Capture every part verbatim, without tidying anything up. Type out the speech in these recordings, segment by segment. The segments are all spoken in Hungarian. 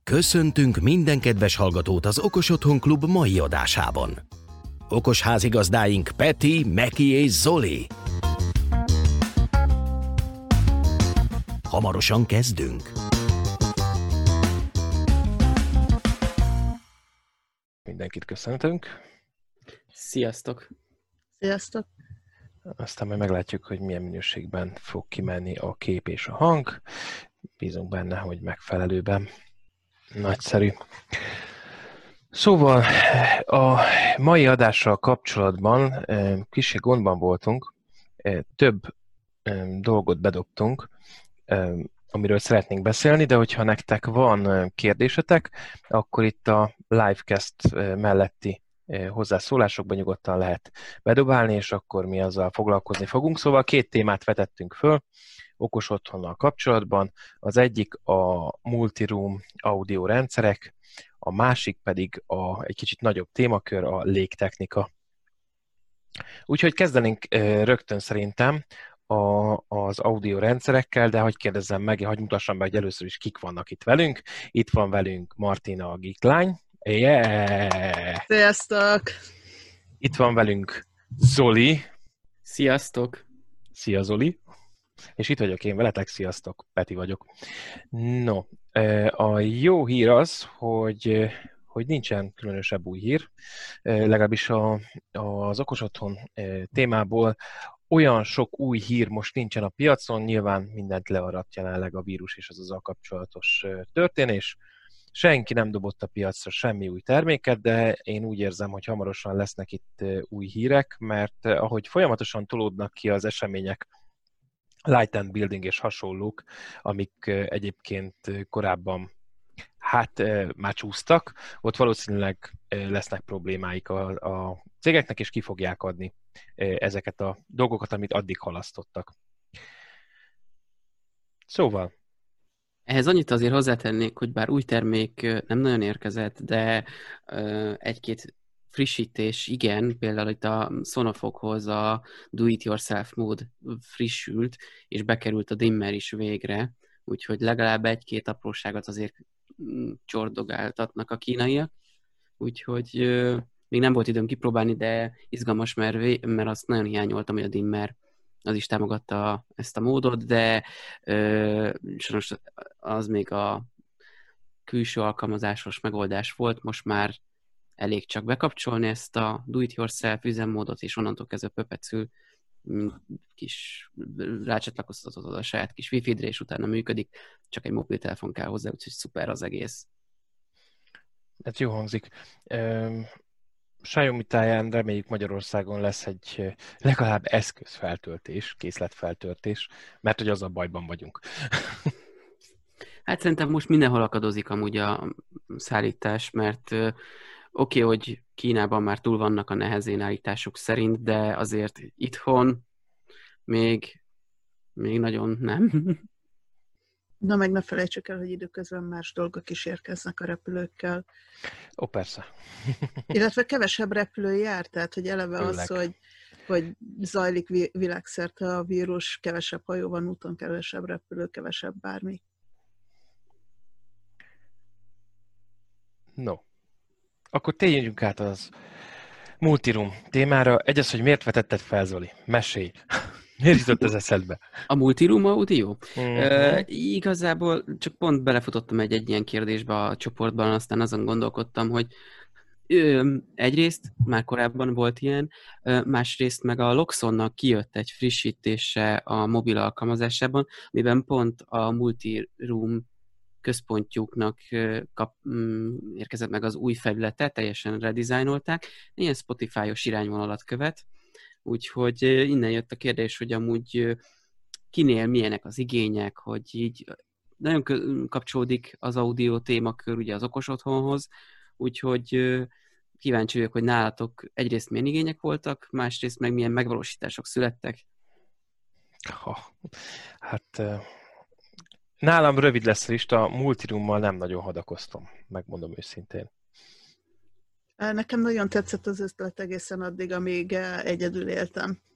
Köszöntünk minden kedves hallgatót az Okos Otthon Klub mai adásában. Okos házigazdáink Peti, Meki és Zoli. Hamarosan kezdünk. Mindenkit köszöntünk. Sziasztok! Sziasztok! Aztán majd meglátjuk, hogy milyen minőségben fog kimenni a kép és a hang. Bízunk benne, hogy megfelelőben. Nagyszerű. Szóval a mai adással kapcsolatban kicsi gondban voltunk. Több dolgot bedobtunk, amiről szeretnénk beszélni, de hogyha nektek van kérdésetek, akkor itt a livecast melletti hozzászólásokban nyugodtan lehet bedobálni, és akkor mi azzal foglalkozni fogunk. Szóval két témát vetettünk föl okos otthonnal kapcsolatban. Az egyik a multiroom audio rendszerek, a másik pedig a, egy kicsit nagyobb témakör, a légtechnika. Úgyhogy kezdenénk rögtön szerintem a, az audio rendszerekkel, de hogy kérdezzem meg, hogy mutassam meg, hogy először is kik vannak itt velünk. Itt van velünk Martina, a Geek lány. Yeah! Sziasztok! Itt van velünk Zoli. Sziasztok! Szia Zoli! És itt vagyok én veletek, sziasztok, Peti vagyok. No, a jó hír az, hogy, hogy nincsen különösebb új hír, legalábbis a, az okos otthon témából olyan sok új hír most nincsen a piacon, nyilván mindent learadt jelenleg a vírus és az azzal kapcsolatos történés. Senki nem dobott a piacra semmi új terméket, de én úgy érzem, hogy hamarosan lesznek itt új hírek, mert ahogy folyamatosan tolódnak ki az események, Light and Building és hasonlók, amik egyébként korábban hát már csúsztak, ott valószínűleg lesznek problémáik a, a cégeknek, és ki fogják adni ezeket a dolgokat, amit addig halasztottak. Szóval. Ehhez annyit azért hozzátennék, hogy bár új termék nem nagyon érkezett, de egy-két frissítés, igen, például itt a Sonofoghoz a do-it-yourself mód frissült, és bekerült a dimmer is végre, úgyhogy legalább egy-két apróságot azért csordogáltatnak a kínaiak, úgyhogy még nem volt időm kipróbálni, de izgalmas, mert, mert azt nagyon hiányoltam, hogy a dimmer az is támogatta ezt a módot, de sajnos az még a külső alkalmazásos megoldás volt, most már elég csak bekapcsolni ezt a do-it-yourself üzemmódot, és onnantól kezdve pöpecül, kis rácsatlakoztatod a saját kis wifi-dre, és utána működik, csak egy mobiltelefon kell hozzá, úgyhogy szuper az egész. Ez jó hangzik. Xiaomi táján reméljük Magyarországon lesz egy legalább eszközfeltöltés, készletfeltöltés, mert hogy az a bajban vagyunk. Hát szerintem most mindenhol akadozik amúgy a szállítás, mert oké, okay, hogy Kínában már túl vannak a nehezén állítások szerint, de azért itthon még, még nagyon nem. Na meg ne felejtsük el, hogy időközben más dolgok is érkeznek a repülőkkel. Ó, persze. Illetve kevesebb repülő jár, tehát hogy eleve Főleg. az, hogy, hogy zajlik világszerte a vírus, kevesebb hajó van úton, kevesebb repülő, kevesebb bármi. No. Akkor térjünk át az multiroom témára. Egy az, hogy miért vetetted fel, Zoli? Mesélj! Miért jutott ez eszedbe? A multiroom audio? Mm-hmm. Uh, igazából csak pont belefutottam egy, egy ilyen kérdésbe a csoportban, aztán azon gondolkodtam, hogy ö, egyrészt már korábban volt ilyen, ö, másrészt meg a Loxonnak kijött egy frissítése a mobil alkalmazásában, miben pont a multiroom központjuknak kap, mm, érkezett meg az új felülete, teljesen redesignolták, ilyen Spotify-os irányvonalat követ, úgyhogy innen jött a kérdés, hogy amúgy kinél milyenek az igények, hogy így nagyon kapcsolódik az audio témakör ugye az okos otthonhoz, úgyhogy kíváncsi vagyok, hogy nálatok egyrészt milyen igények voltak, másrészt meg milyen megvalósítások születtek. Ha, hát nálam rövid lesz a lista, multiroommal nem nagyon hadakoztam, megmondom őszintén. Nekem nagyon tetszett az ötlet egészen addig, amíg egyedül éltem.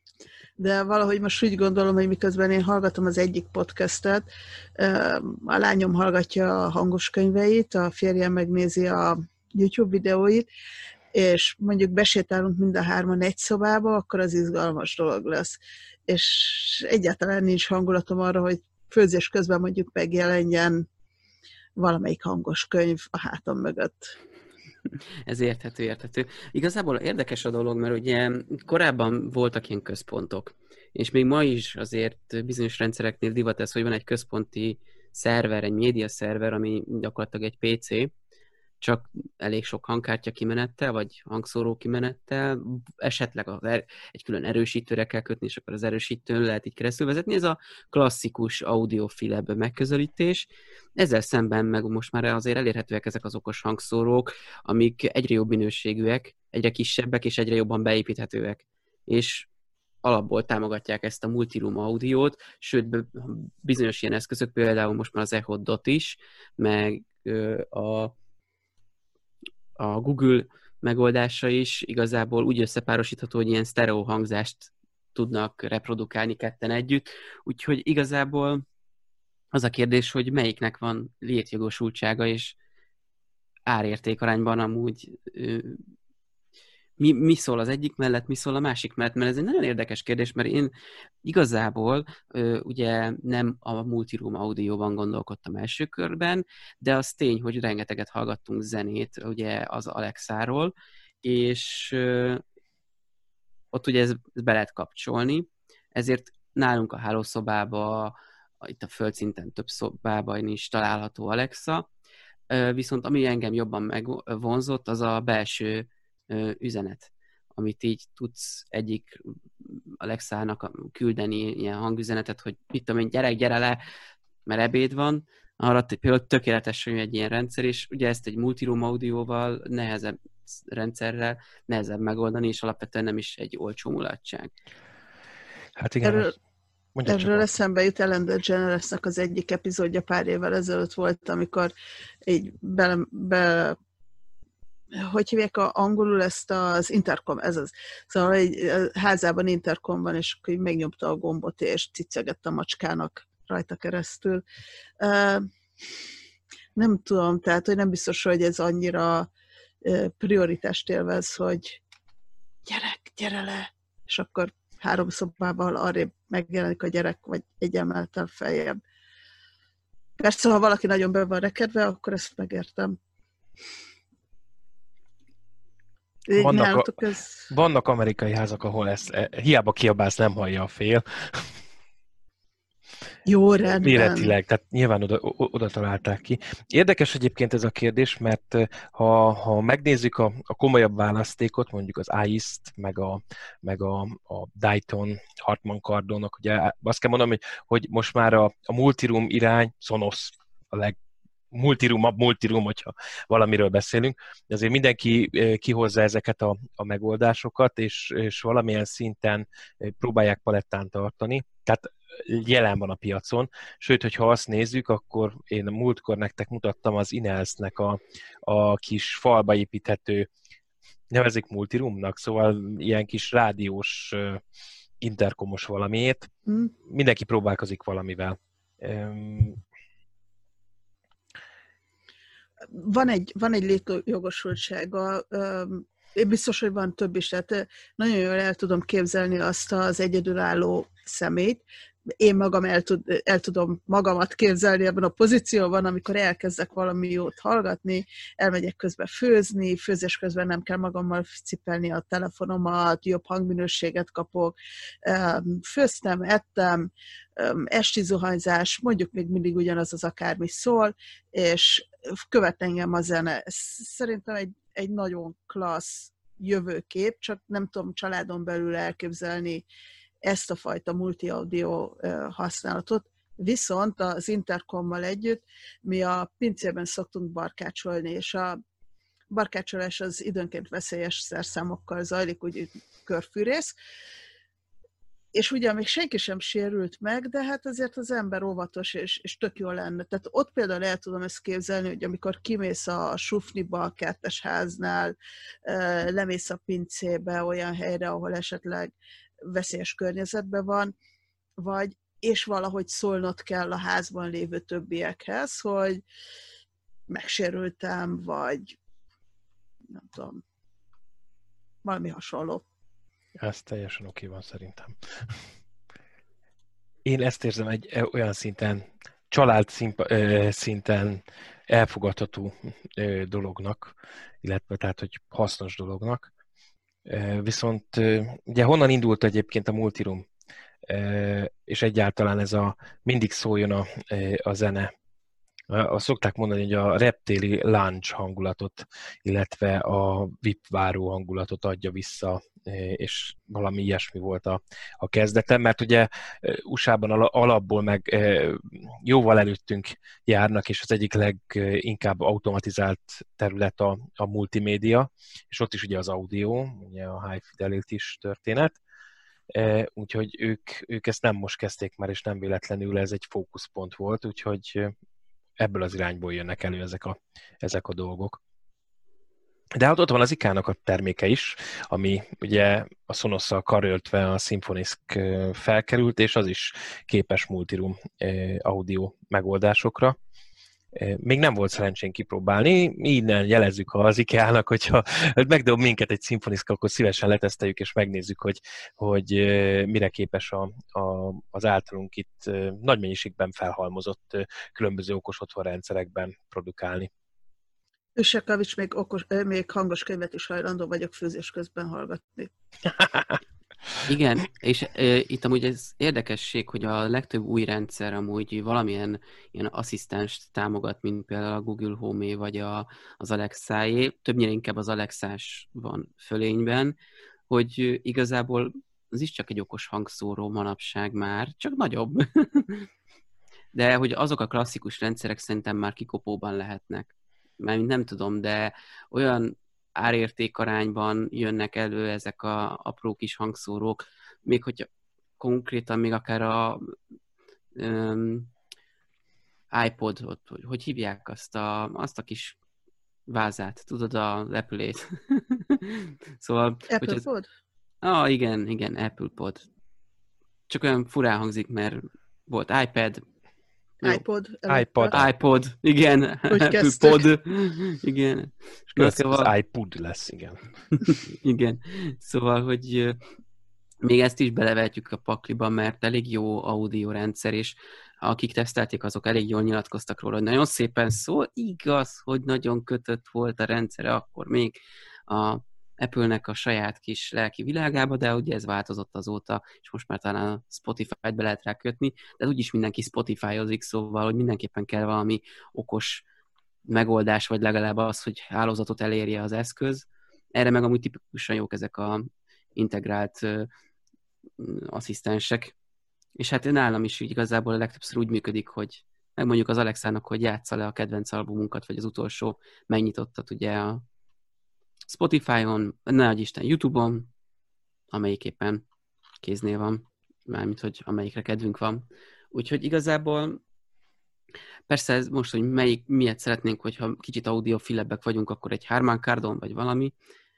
De valahogy most úgy gondolom, hogy miközben én hallgatom az egyik podcastet, a lányom hallgatja a hangos könyveit, a férjem megnézi a YouTube videóit, és mondjuk besétálunk mind a hárman egy szobába, akkor az izgalmas dolog lesz. És egyáltalán nincs hangulatom arra, hogy főzés közben mondjuk megjelenjen valamelyik hangos könyv a hátam mögött. Ez érthető, érthető. Igazából érdekes a dolog, mert ugye korábban voltak ilyen központok, és még ma is azért bizonyos rendszereknél divat ez, hogy van egy központi szerver, egy média szerver, ami gyakorlatilag egy pé cé, csak elég sok hangkártya kimenettel, vagy hangszóró kimenettel, esetleg az er- egy külön erősítőre kell kötni, és akkor az erősítőn lehet így keresztül vezetni. Ez a klasszikus audiofilebb megközelítés. Ezzel szemben meg most már azért elérhetőek ezek az okos hangszórók, amik egyre jobb minőségűek, egyre kisebbek, és egyre jobban beépíthetőek. És alapból támogatják ezt a multiroom audiót, sőt, bizonyos ilyen eszközök, például most már az Echo Dot is, meg a a Google megoldása is igazából úgy összepárosítható, hogy ilyen sztereó hangzást tudnak reprodukálni ketten együtt, úgyhogy igazából az a kérdés, hogy melyiknek van létjogosultsága, és árértékarányban amúgy mi, mi szól az egyik mellett, mi szól a másik mellett, mert ez egy nagyon érdekes kérdés, mert én igazából ö, ugye nem a multiroom audióban gondolkodtam első körben, de az tény, hogy rengeteget hallgattunk zenét ugye az Alexáról, és ö, ott ugye ez, ez be lehet kapcsolni, ezért nálunk a hálószobában, itt a földszinten több szobában is található Alexa, ö, viszont ami engem jobban megvonzott, az a belső üzenet, amit így tudsz egyik Alexának küldeni ilyen hangüzenetet, hogy mit tudom én, gyerek, gyere le, mert ebéd van, arra például tökéletes, hogy egy ilyen rendszer, és ugye ezt egy multiroom audióval, nehezebb rendszerrel nehezebb megoldani, és alapvetően nem is egy olcsó mulatság. Hát igen. Erről, az... erről eszembe jut Ellen DeGeneresnek az egyik epizódja pár évvel ezelőtt volt, amikor így bele, bele hogy hívják a angolul ezt az intercom, ez az. Szóval egy házában intercom van, és akkor megnyomta a gombot, és cicegett a macskának rajta keresztül. Nem tudom, tehát, hogy nem biztos, hogy ez annyira prioritást élvez, hogy gyerek, gyere le, és akkor három szobával arrébb megjelenik a gyerek, vagy egy emeltel feljebb. Persze, ha valaki nagyon be van rekedve, akkor ezt megértem. Vannak, a, ez... vannak amerikai házak, ahol ezt hiába kiabálsz, nem hallja a fél. Jó, rendben. Méretileg, tehát nyilván oda, oda találták ki. Érdekes egyébként ez a kérdés, mert ha, ha megnézzük a, a komolyabb választékot, mondjuk az ice-t, meg a, meg a, a Dayton Hartman Kardonnak, ugye azt kell mondanom, hogy, hogy most már a, a multiroom irány, Sonos a leg multiroom, a multiroom, hogyha valamiről beszélünk, de azért mindenki kihozza ezeket a, a megoldásokat, és, és valamilyen szinten próbálják palettán tartani. Tehát jelen van a piacon. Sőt, hogyha azt nézzük, akkor én múltkor nektek mutattam az Inelsnek a, a kis falba építhető, nevezik multiroomnak, szóval ilyen kis rádiós, interkomos valamiét. Hmm. Mindenki próbálkozik valamivel. Van egy, van egy létjogosultsága, én biztos, hogy van több is, tehát nagyon jól el tudom képzelni azt az egyedülálló személyt. Én magam el, tud, el tudom magamat képzelni ebben a pozícióban, amikor elkezdek valami jót hallgatni, elmegyek közben főzni, főzés közben nem kell magammal cipelni a telefonomat, jobb hangminőséget kapok, főztem, ettem, esti zuhanyzás, mondjuk még mindig ugyanaz az akármi szól, és követ engem a zene. Szerintem egy, egy nagyon klassz jövőkép, csak nem tudom családon belül elképzelni ezt a fajta multi-audio használatot, viszont az interkommal együtt mi a pincében szoktunk barkácsolni, és a barkácsolás az időnként veszélyes szerszámokkal zajlik, úgy körfűrész, és ugye még senki sem sérült meg, de hát azért az ember óvatos, és, és tök jó lenne. Tehát ott például el tudom ezt képzelni, hogy amikor kimész a sufniba, a kertes háznál, lemész a pincébe olyan helyre, ahol esetleg veszélyes környezetben van, vagy és valahogy szólnod kell a házban lévő többiekhez, hogy megsérültem, vagy nem tudom, valami hasonló. Ez teljesen oké van szerintem. Én ezt érzem egy olyan szinten, család szinten elfogadható dolognak, illetve tehát, hogy hasznos dolognak. Viszont ugye honnan indult egyébként a Multiroom, és egyáltalán ez a mindig szóljon a, a zene. Azt szokták mondani, hogy a reptéli lounge hangulatot, illetve a vé i pé váró hangulatot adja vissza, és valami ilyesmi volt a, a kezdetem, mert ugye u es á-ban alapból meg jóval előttünk járnak, és az egyik leginkább automatizált terület a, a multimédia, és ott is ugye az audio, ugye a high fidelity is történet, úgyhogy ők, ők ezt nem most kezdték már, és nem véletlenül ez egy fókuszpont volt, úgyhogy ebből az irányból jönnek elő ezek a, ezek a dolgok. De hát ott van az ikának a terméke is, ami ugye a Sonosszal karöltve a Symfonisk felkerült, és az is képes multiroom audio megoldásokra. Még nem volt szerencsén kipróbálni, innen jelezzük az IKEA-nak, hogyha megdob minket egy Symfonisk, akkor szívesen leteszteljük és megnézzük, hogy, hogy mire képes a, a, az általunk itt nagy mennyiségben felhalmozott különböző okos otthonrendszerekben produkálni. Ősekavics, még, okos, még hangos könyvet is hajlandó vagyok főzés közben hallgatni. Igen, és e, itt amúgy ez érdekesség, hogy a legtöbb új rendszer amúgy valamilyen ilyen asszisztenst támogat, mint például a Google Home-é vagy a, az Alexa-é. Többnyire inkább az Alexás van fölényben, hogy igazából az is csak egy okos hangszóró manapság már, csak nagyobb. De hogy azok a klasszikus rendszerek szerintem már kikopóban lehetnek. Mert nem tudom, de olyan árértékarányban jönnek elő ezek a apró kis hangszórók, még hogyha konkrétan még akár a um, iPod, ott, hogy, hogy hívják azt a, azt a kis vázát, tudod, az Apple-ét. Szóval... Apple ez... Pod? Ah, igen, igen, Apple Pod. Csak olyan furán hangzik, mert volt iPad, iPod. iPod. iPod, igen. Apple Pod, igen. És következő szóval... az iPod lesz, igen. Igen. Szóval, hogy még ezt is belevetjük a pakliba, mert elég jó audio-rendszer, és akik tesztelték, azok elég jól nyilatkoztak róla, hogy nagyon szépen szól. Igaz, hogy nagyon kötött volt a rendszere akkor még a Apple-nek a saját kis lelki világába, de ugye ez változott azóta, és most már talán a Spotify-t be lehet rá kötni, de úgyis mindenki Spotify-ozik, szóval, hogy mindenképpen kell valami okos megoldás, vagy legalább az, hogy hálózatot elérje az eszköz. Erre meg amúgy tipikusan jók ezek a integrált uh, asszisztensek. És hát nálam is igazából a legtöbbször úgy működik, hogy megmondjuk az Alexának, hogy játsza le a kedvenc albumunkat, vagy az utolsó megnyitottat ugye a Spotify-on, nehogy Isten YouTube-on, amelyik éppen kéznél van, mármint, hogy amelyikre kedvünk van. Úgyhogy igazából persze ez most, hogy melyik, miért szeretnénk, hogyha kicsit audiofilebbek vagyunk, akkor egy Harman Kardon vagy valami,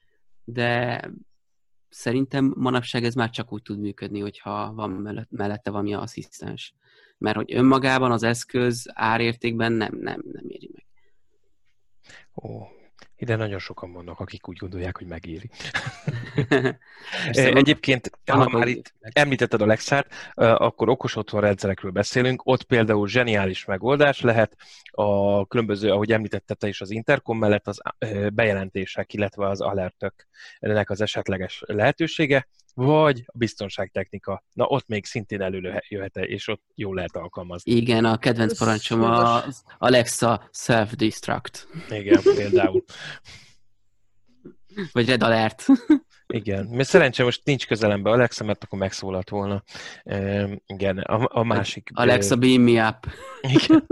de szerintem manapság ez már csak úgy tud működni, hogyha van mellette valami asszisztens. Mert hogy önmagában az eszköz árértékben nem, nem, nem éri meg. Ó, ide nagyon sokan vannak, akik úgy gondolják, hogy megéri. Persze, Egyébként, van, ha már itt említetted Alexát, akkor okos otthonrendszerekről beszélünk, ott például zseniális megoldás lehet a különböző, ahogy említetted te is az interkom mellett az bejelentések, illetve az alertök ennek az esetleges lehetősége, vagy a biztonságtechnika. Na, ott még szintén előjöhet, és ott jól lehet alkalmazni. Igen, a kedvenc parancsom az Alexa Self-Destruct. Igen, például. Vagy Red Alert. Igen, mert szerencsére most nincs közelembe Alexa, mert akkor megszólalt volna. E, igen, a, a másik... Alexa, beam me up. Igen.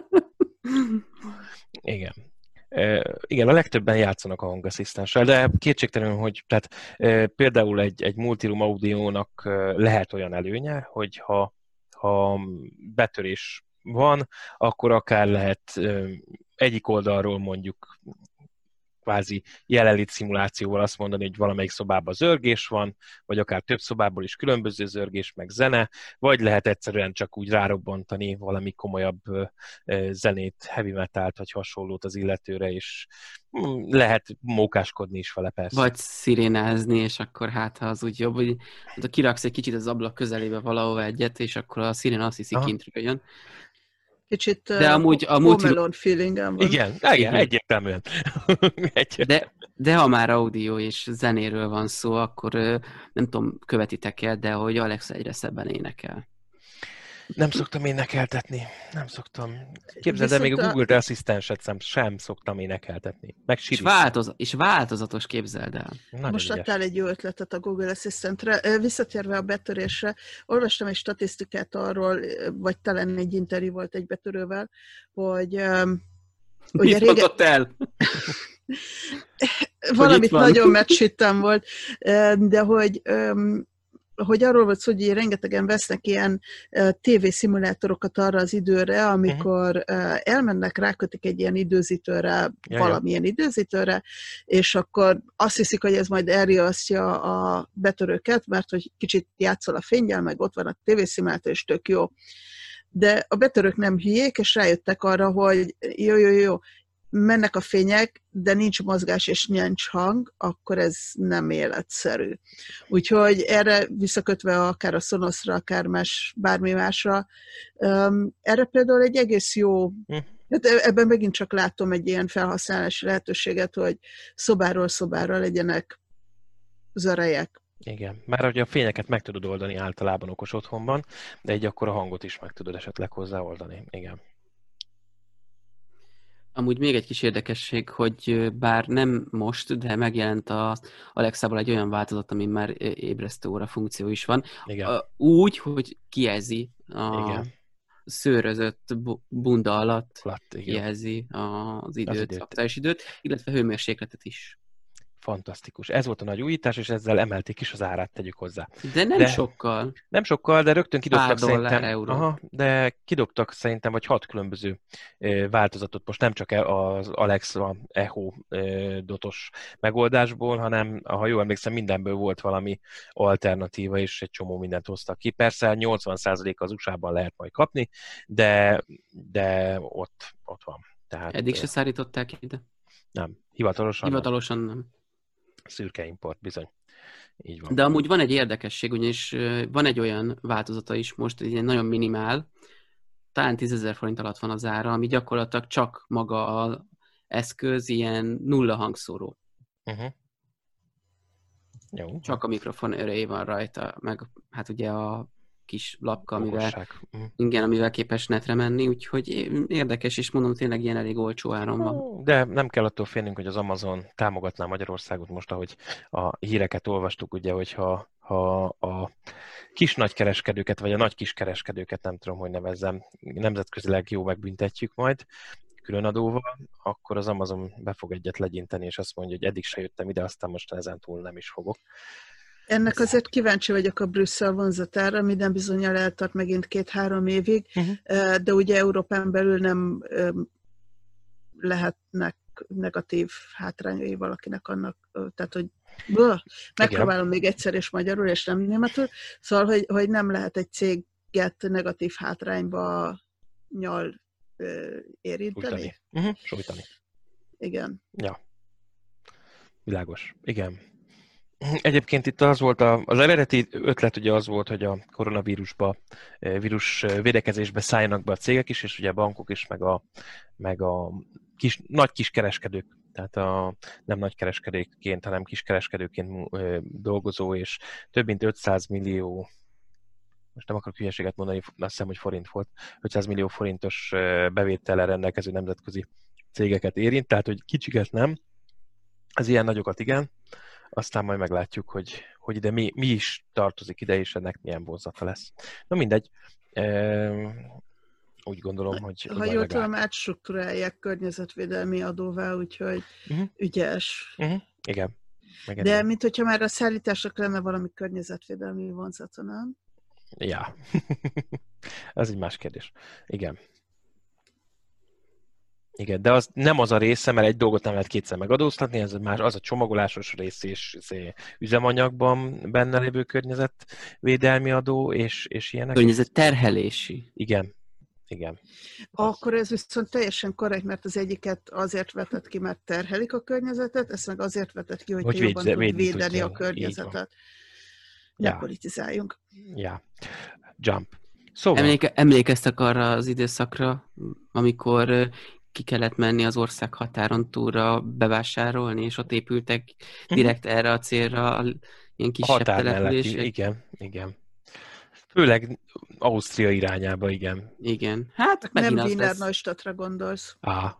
Igen. E, igen, a legtöbben játszanak a hangasszisztenssel, de kétségtelenül, hogy tehát, e, például egy, egy multiroom audiónak lehet olyan előnye, hogy ha, ha betörés van, akkor akár lehet e, egyik oldalról mondjuk kvázi jelenlét szimulációval azt mondani, hogy valamelyik szobában zörgés van, vagy akár több szobából is különböző zörgés, meg zene, vagy lehet egyszerűen csak úgy rárobbantani valami komolyabb zenét, heavy metalt, vagy hasonlót az illetőre, és lehet mókáskodni is vele persze. Vagy szirénázni, és akkor hát, ha az úgy jobb, hogy hát, kiraksz egy kicsit az ablak közelébe valahova egyet, és akkor a szirén azt hiszi, kintről jön. Kicsit de uh, amúgy, amúgy Home Alone feelingem van. Igen, igen, egyértelműen. egyértelműen. De, de ha már audio és zenéről van szó, akkor nem tudom, követitek-e, de hogy Alexa egyre szebben énekel. Nem szoktam énekeltetni. Nem szoktam. Képzeld, de még a Google Asszisztenset sem, sem szoktam énekeltetni. Meg és, változ, és változatos, képzeld el. Nagyon Most ügyes. Adtál egy jó ötletet a Google Asszisztentre. Visszatérve a betörésre, olvastam egy statisztikát arról, vagy talán egy interjú volt egy betörővel, hogy... Mit rége... mondott el? Valamit nagyon megsittem volt, de hogy... hogy arról volt szó, hogy rengetegen vesznek ilyen uh, tévészimulátorokat arra az időre, amikor uh, elmennek, rákötik egy ilyen időzítőre, ja, valamilyen ja. időzítőre, és akkor azt hiszik, hogy ez majd elriasztja a betörőket, mert hogy kicsit játszol a fénnyel, meg ott van a tévészimulátor, és tök jó. De a betörők nem hülyék, és rájöttek arra, hogy jó, jó, jó, mennek a fények, de nincs mozgás és nincs hang, akkor ez nem életszerű. Úgyhogy erre visszakötve akár a Sonosra, akár más, bármi másra, um, erre például egy egész jó, hm. hát ebben megint csak látom egy ilyen felhasználási lehetőséget, hogy szobáról szobára legyenek zörejek. Igen, már ugye a fényeket meg tudod oldani általában okos otthonban, de egy akkor a hangot is meg tudod esetleg hozzáoldani. Igen. Amúgy még egy kis érdekesség, hogy bár nem most, de megjelent az Alexával egy olyan változat, ami már ébresztő óra funkció is van. Igen. Úgy, hogy kijelzi a igen. szőrözött bunda alatt, Latt, kijelzi az időt, az időt. aktuális időt, illetve hőmérsékletet is. Fantasztikus. Ez volt a nagy újítás, és ezzel emelték is az árát, tegyük hozzá. De nem de, sokkal. Nem sokkal, de rögtön kidobtak szerintem. Aha, de kidobtak szerintem, vagy hat különböző e, változatot, most nem csak az Alexa Echo e, dotos megoldásból, hanem, ha jól emlékszem, mindenből volt valami alternatíva, és egy csomó mindent hoztak ki. Persze nyolcvan százalék az u es á-ban lehet majd kapni, de, de ott, ott van. Tehát, eddig se szállították ide? Nem, hivatalosan Hivatalosan nem. nem. Szürke import, bizony. Így van. De amúgy van egy érdekesség, ugyanis van egy olyan változata is most, egy ilyen nagyon minimál, talán tízezer forint alatt van az ára, ami gyakorlatilag csak maga az eszköz, ilyen nulla hangszóró. Uh-huh. Jó. Csak a mikrofon örény van rajta, meg hát ugye a kis lapka, amivel, igen, amivel képes netre menni, úgyhogy érdekes, és mondom, tényleg ilyen elég olcsó áron van. De nem kell attól félnünk, hogy az Amazon támogatná Magyarországot most, ahogy a híreket olvastuk, ugye, hogyha ha a kis nagykereskedőket, vagy a nagy kiskereskedőket, nem tudom, hogy nevezzem, nemzetközileg jó megbüntetjük majd, külön adóval, akkor az Amazon be fog egyet legyinteni, és azt mondja, hogy eddig se jöttem ide, aztán most ezen túl nem is fogok. Ennek azért kíváncsi vagyok a Brüsszel vonzatára, minden bizonnyal eltart megint két-három évig, uh-huh. de ugye Európán belül nem lehetnek negatív hátrányai valakinek annak, tehát hogy bő, megpróbálom még egyszer és magyarul, és nem németül, szóval, hogy, hogy nem lehet egy céget negatív hátrányba nyal érinteni. Uh-huh. Sújtani. Igen. Ja. Világos. Igen. Egyébként itt az volt, a, az eredeti ötlet ugye az volt, hogy a koronavírusba, vírus védekezésbe szálljanak be a cégek is, és ugye a bankok is, meg a, meg a kis, nagy kiskereskedők, tehát a, nem nagy kereskedőként, hanem kiskereskedőként dolgozó, és több mint ötszáz millió, most nem akarok hülyeséget mondani, azt hiszem, hogy forint volt, ötszáz millió forintos bevétellel rendelkező nemzetközi cégeket érint, tehát hogy kicsiket nem, az ilyen nagyokat igen, aztán majd meglátjuk, hogy, hogy ide mi, mi is tartozik ide, és ennek milyen vonzata lesz. Na mindegy, e, úgy gondolom, hogy... Ha jól tudom, átstruktúrálják környezetvédelmi adóvá, úgyhogy uh-huh. ügyes. Uh-huh. Igen. Megint de mint hogyha már a szállításnak lenne valami környezetvédelmi vonzata, nem? Ja. Ez egy más kérdés. Igen. Igen, de az nem az a része, mert egy dolgot nem lehet kétszer megadóztatni, ez más, az a csomagolásos rész és üzemanyagban benne lévő környezetvédelmi adó, és, és ilyenek. Környezet terhelési. Igen, igen. Akkor ez viszont teljesen korrekt, mert az egyiket azért vetett ki, mert terhelik a környezetet, ezt meg azért vetett ki, hogy, hogy te jobban tud védeni tudja. a környezetet. Ne ja. politizáljunk. Ja. Jump. Szóval... Emléke, emlékeztek arra az időszakra, amikor ki kellett menni az ország határon túlra bevásárolni, és ott épültek direkt erre a célra ilyen kisebb települések? Igen, igen. Főleg Ausztria irányába, igen. Igen. Hát nem Wiener Neustadtra gondolsz. Á.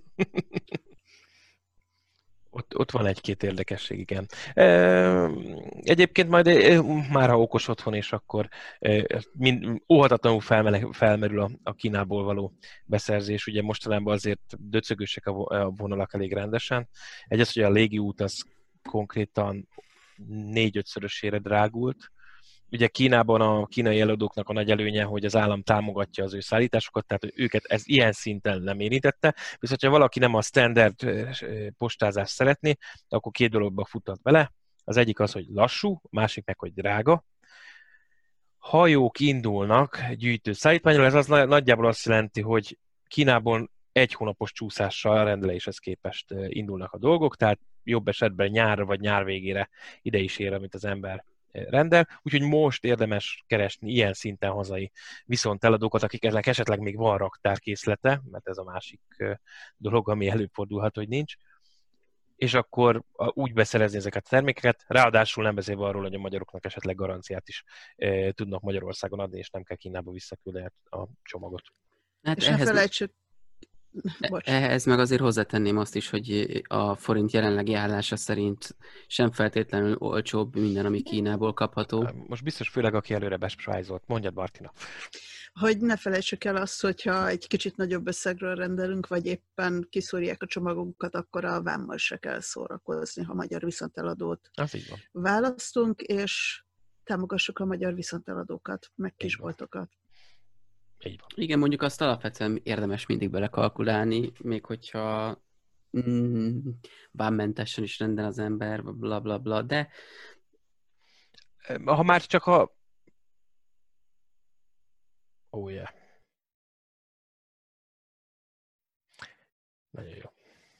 Ott, ott van egy-két érdekesség, igen. Egyébként majd már ha okos otthon, és akkor mind, óhatatlanul felmerül a, a Kínából való beszerzés. Ugye mostanában azért döcögősek a vonalak elég rendesen. Egy az, hogy a légiút az konkrétan négy-ötszörösére drágult. Ugye Kínában a kínai eladóknak a nagy előnye, hogy az állam támogatja az ő szállításokat, tehát hogy őket ez ilyen szinten nem érintette. Viszont, ha valaki nem a standard postázást szeretné, akkor két dologba futtat bele. Az egyik az, hogy lassú, a másik meg, hogy drága. Hajók indulnak gyűjtő szállítmányról, ez az nagyjából azt jelenti, hogy Kínából egy hónapos csúszással a rendeléshez képest indulnak a dolgok, tehát jobb esetben nyárra vagy nyár végére ide is ér, amit az ember rendel, úgyhogy most érdemes keresni ilyen szinten hazai viszonteladókat, akiknek esetleg még van raktárkészlete, mert ez a másik dolog, ami előfordulhat, hogy nincs, és akkor úgy beszerezni ezeket a termékeket, ráadásul nem beszélve arról, hogy a magyaroknak esetleg garanciát is e, tudnak Magyarországon adni, és nem kell Kínába visszaküldeni a csomagot. Hát és ehhez... ne felejtsük, Bocs. Ehhez meg azért hozzátenném azt is, hogy a forint jelenlegi állása szerint sem feltétlenül olcsóbb minden, ami Kínából kapható. Most biztos főleg, aki előre besprájzolt. Mondjad, Martina. Hogy ne felejtsük el azt, hogyha egy kicsit nagyobb összegről rendelünk, vagy éppen kiszúrják a csomagunkat, akkor a vámmal se kell szórakozni, ha magyar viszonteladót választunk, és támogassuk a magyar viszonteladókat, meg kisboltokat. Igen, mondjuk azt alapvetően érdemes mindig belekalkulálni, még hogyha mm, vámmentesen is rendel az ember, bla bla bla, de... Ha már csak a... Oh yeah. Nagyon jó.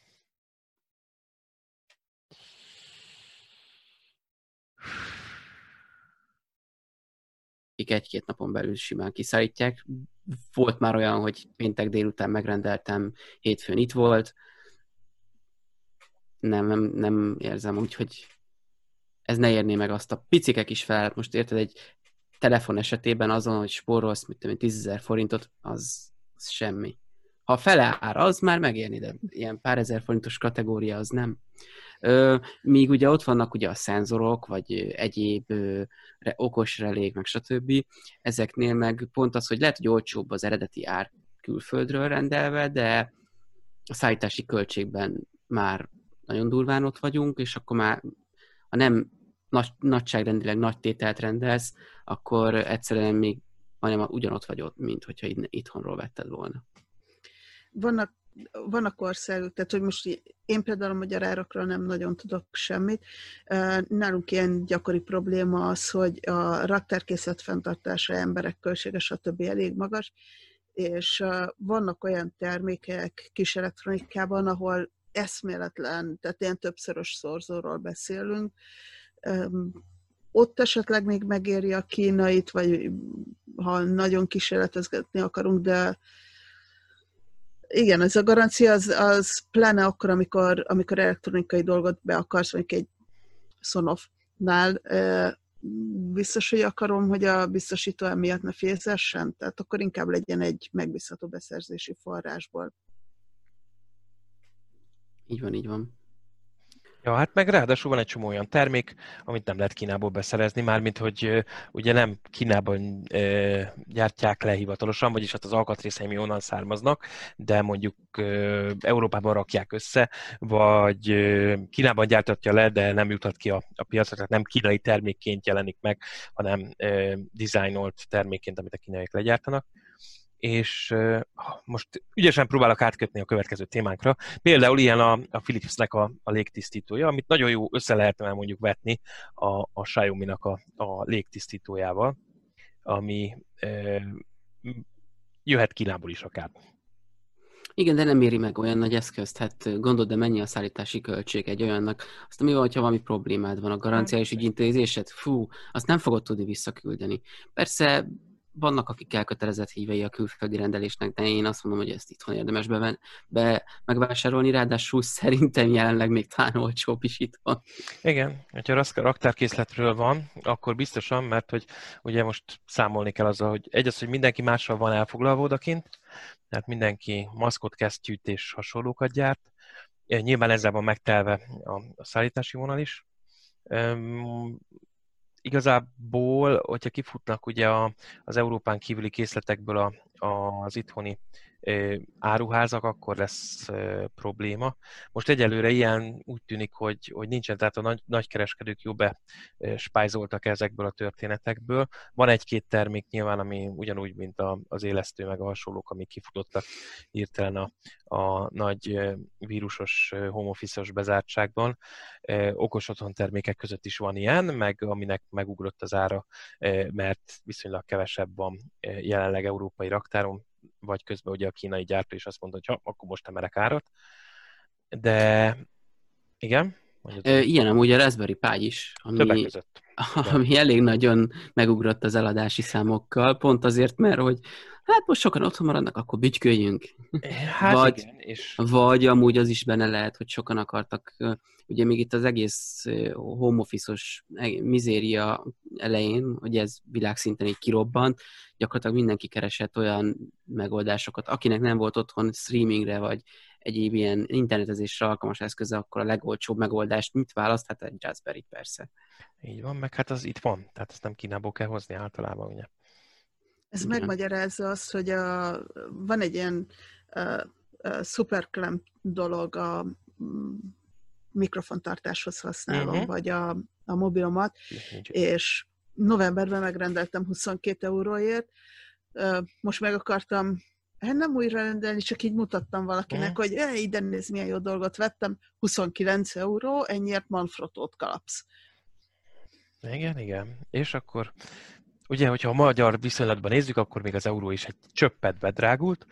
egy-két napon belül simán kiszállítják. Volt már olyan, hogy péntek délután megrendeltem, hétfőn itt volt. Nem, nem, nem érzem úgy, hogy ez ne érné meg azt a picike kis felállat. Most érted, egy telefon esetében azon, hogy spórolsz, mit tudom, tízezer forintot, az, az semmi. Ha a fele ára, az már megérni, de ilyen pár ezer forintos kategória az nem. Ö, míg ugye ott vannak ugye a szenzorok, vagy egyéb ö, re, okos relék, meg stb. Ezeknél meg pont az, hogy lehet, hogy olcsóbb az eredeti ár külföldről rendelve, de a szállítási költségben már nagyon durván ott vagyunk, és akkor már, ha nem nagy, nagyságrendileg nagy tételt rendelsz, akkor egyszerűen még majdnem ugyanott vagy ott, mint hogyha itthonról vetted volna. Vannak, vannak országok, tehát hogy most én például a magyar árakról nem nagyon tudok semmit. Nálunk ilyen gyakori probléma az, hogy a raktárkészlet fenntartása, emberek költsége, stb. Elég magas, és vannak olyan termékek kis elektronikában, ahol eszméletlen, tehát ilyen többszörös szorzóról beszélünk. Ott esetleg még megéri a kínait, vagy ha nagyon kísérletezgetni akarunk, de igen, ez a garancia az, az pláne akkor, amikor, amikor elektronikai dolgot be akarsz, mondjuk egy Sonoff-nál, biztos, hogy akarom, hogy a biztosító emiatt ne fézessen, tehát akkor inkább legyen egy megbízható beszerzési forrásból. Így van, így van. Ja, hát meg ráadásul van egy csomó olyan termék, amit nem lehet Kínából beszerezni, mármint, hogy ugye nem Kínában e, gyártják le hivatalosan, vagyis hát az alkatrészeimi onnan származnak, de mondjuk e, Európában rakják össze, vagy e, Kínában gyártatja le, de nem jutat ki a, a piacra, tehát nem kínai termékként jelenik meg, hanem e, dizájnolt termékként, amit a kínaiak legyártanak. és most ügyesen próbálok átkötni a következő témánkra. Például ilyen a, a Philipsnek a, a légtisztítója, amit nagyon jó össze lehetne mondjuk vetni a, a Xiaomi-nak a, a légtisztítójával, ami e, jöhet Kínából is akár. Igen, de nem éri meg olyan nagy eszközt. Hát gondold, de mennyi a szállítási költség egy olyannak. Aztán mi van, hogyha valami problémád van, a garanciális ügyintézésed? Fú, azt nem fogod tudni visszaküldeni. Persze vannak, akik elkötelezett hívei a külföldi rendelésnek, de én azt mondom, hogy ezt itthon érdemes be, be megvásárolni, ráadásul szerintem jelenleg még talán olcsóbb is itthon. Igen, hogyha raktárkészletről van, akkor biztosan, mert hogy ugye most számolni kell azzal, hogy egy az, hogy mindenki mással van elfoglalva odakint, tehát mindenki maszkot, kesztyűt és hasonlókat gyárt. Nyilván ezzel van megtelve a, a szállítási vonal is. Üm, igazából, hogyha kifutnak ugye a, az Európán kívüli készletekből a, a, az itthoni e, áruházak, akkor lesz e, probléma. Most egyelőre ilyen úgy tűnik, hogy, hogy nincsen, tehát a nagy, nagykereskedők jó bespájzoltak ezekből a történetekből. Van egy-két termék nyilván, ami ugyanúgy, mint a, az élesztő, meg a hasonlók, amik kifutottak hirtelen a, a nagy vírusos home office-os bezártságban. Okos otthon termékek között is van ilyen, meg aminek megugrott az ára, mert viszonylag kevesebb van jelenleg európai raktáron, vagy közben ugye a kínai gyártó is azt mondta, hogy ha, akkor most emelek árat. De igen? Ö, ilyen amúgy a Raspberry Pi is, ami, ami elég nagyon megugrott az eladási számokkal, pont azért, mert hogy hát most sokan otthon maradnak, akkor bütyköljünk. Hát vagy, igen, és... vagy amúgy az is benne lehet, hogy sokan akartak, ugye még itt az egész home office-os mizéria elején, hogy ez világszinten így kirobbant, gyakorlatilag mindenki keresett olyan megoldásokat, akinek nem volt otthon streamingre, vagy egyéb ilyen internetezésre alkalmas eszköze, akkor a legolcsóbb megoldást mit választ? Hát egy Raspberry persze. Így van, meg hát az itt van, tehát ezt nem Kínából kell hozni általában, ugye. Ez igen. Megmagyarázza azt, hogy a, van egy ilyen uh, uh, superclamp dolog a um, mikrofontartáshoz használom, uh-huh. vagy a, a mobilomat, Nincs. és novemberben megrendeltem huszonkét euróért, uh, most meg akartam hát nem újra rendelni, csak így mutattam valakinek, uh-huh. hogy eh, ide nézd, milyen jó dolgot vettem, huszonkilenc euró, ennyiért Manfrottót kapsz. Igen, igen. És akkor ugye, hogyha a magyar viszonylatban nézzük, akkor még az euró is egy csöppet bedrágult.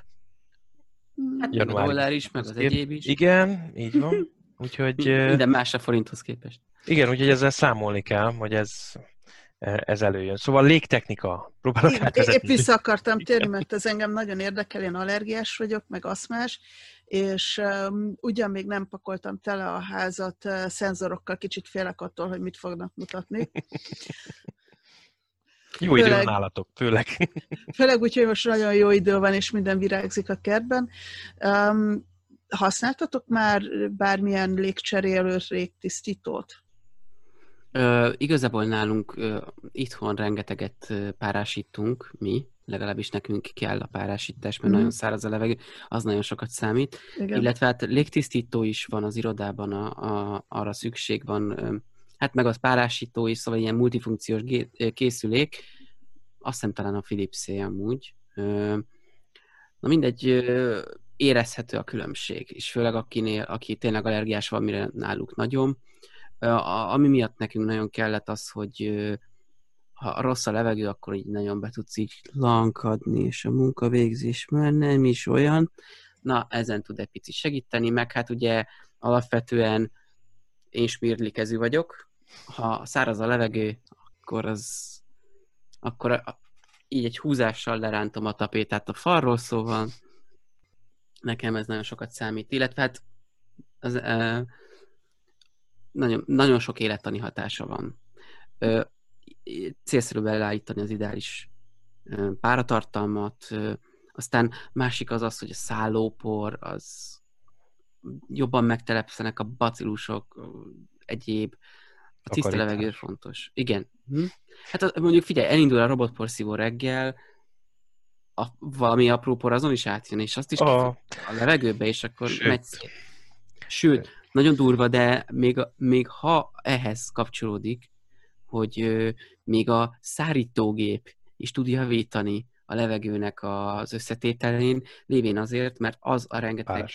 Hát január a dollár is, meg az egyéb is. Igen, így van. Úgyhogy... Minden más a forinthoz képest. Igen, úgyhogy ezzel számolni kell, hogy ez, ez előjön. Szóval légtechnika. Próbálok Én, épp vissza akartam térni, mert ez engem nagyon érdekel, én allergiás vagyok, meg aszmás, és um, ugyan még nem pakoltam tele a házat uh, szenzorokkal, kicsit félek attól, hogy mit fognak mutatni. Jó idő van nálatok, főleg. Főleg úgy, hogy most nagyon jó idő van, és minden virágzik a kertben. Um, használtatok már bármilyen légcserélő, légtisztítót? Uh, igazából nálunk uh, itthon rengeteget uh, párásítunk mi, legalábbis nekünk kell a párásítás, mert mm. nagyon száraz a levegő, az nagyon sokat számít. Igen. Illetve hát légtisztító is van az irodában, a, a, arra szükség van, uh, hát meg az párásító is, szóval ilyen multifunkciós gé- készülék, azt hiszem talán a Philips-é amúgy. Uh, na mindegy, uh, érezhető a különbség, és főleg akinél, aki tényleg allergiás van, mire náluk nagyon. A, ami miatt nekünk nagyon kellett az, hogy ha rossz a levegő, akkor így nagyon be tudsz így lankadni, és a munkavégzés már nem is olyan. Na, ezen tud egy picit segíteni, meg hát ugye alapvetően én smirlikezű vagyok. Ha száraz a levegő, akkor az akkor a, így egy húzással lerántom a tapétát a falról, szóval nekem ez nagyon sokat számít. Illetve hát az, uh, Nagyon, nagyon sok élettani hatása van. Ö, célszerű belállítani az ideális ö, páratartalmat, ö, aztán másik az az, hogy a szállópor, az jobban megtelepszenek a bacillusok, ö, egyéb. A tiszta levegő fontos. Igen. Hm? Hát mondjuk figyelj, elindul a robotporszívó reggel, a, valami apró por azon is átjön, és azt is oh. a levegőbe, és akkor Sőt. megy szét. Sőt, nagyon durva, de még, még ha ehhez kapcsolódik, hogy ö, még a szárítógép is tud javítani a levegőnek az összetételén, lévén azért, mert az a rengeteg...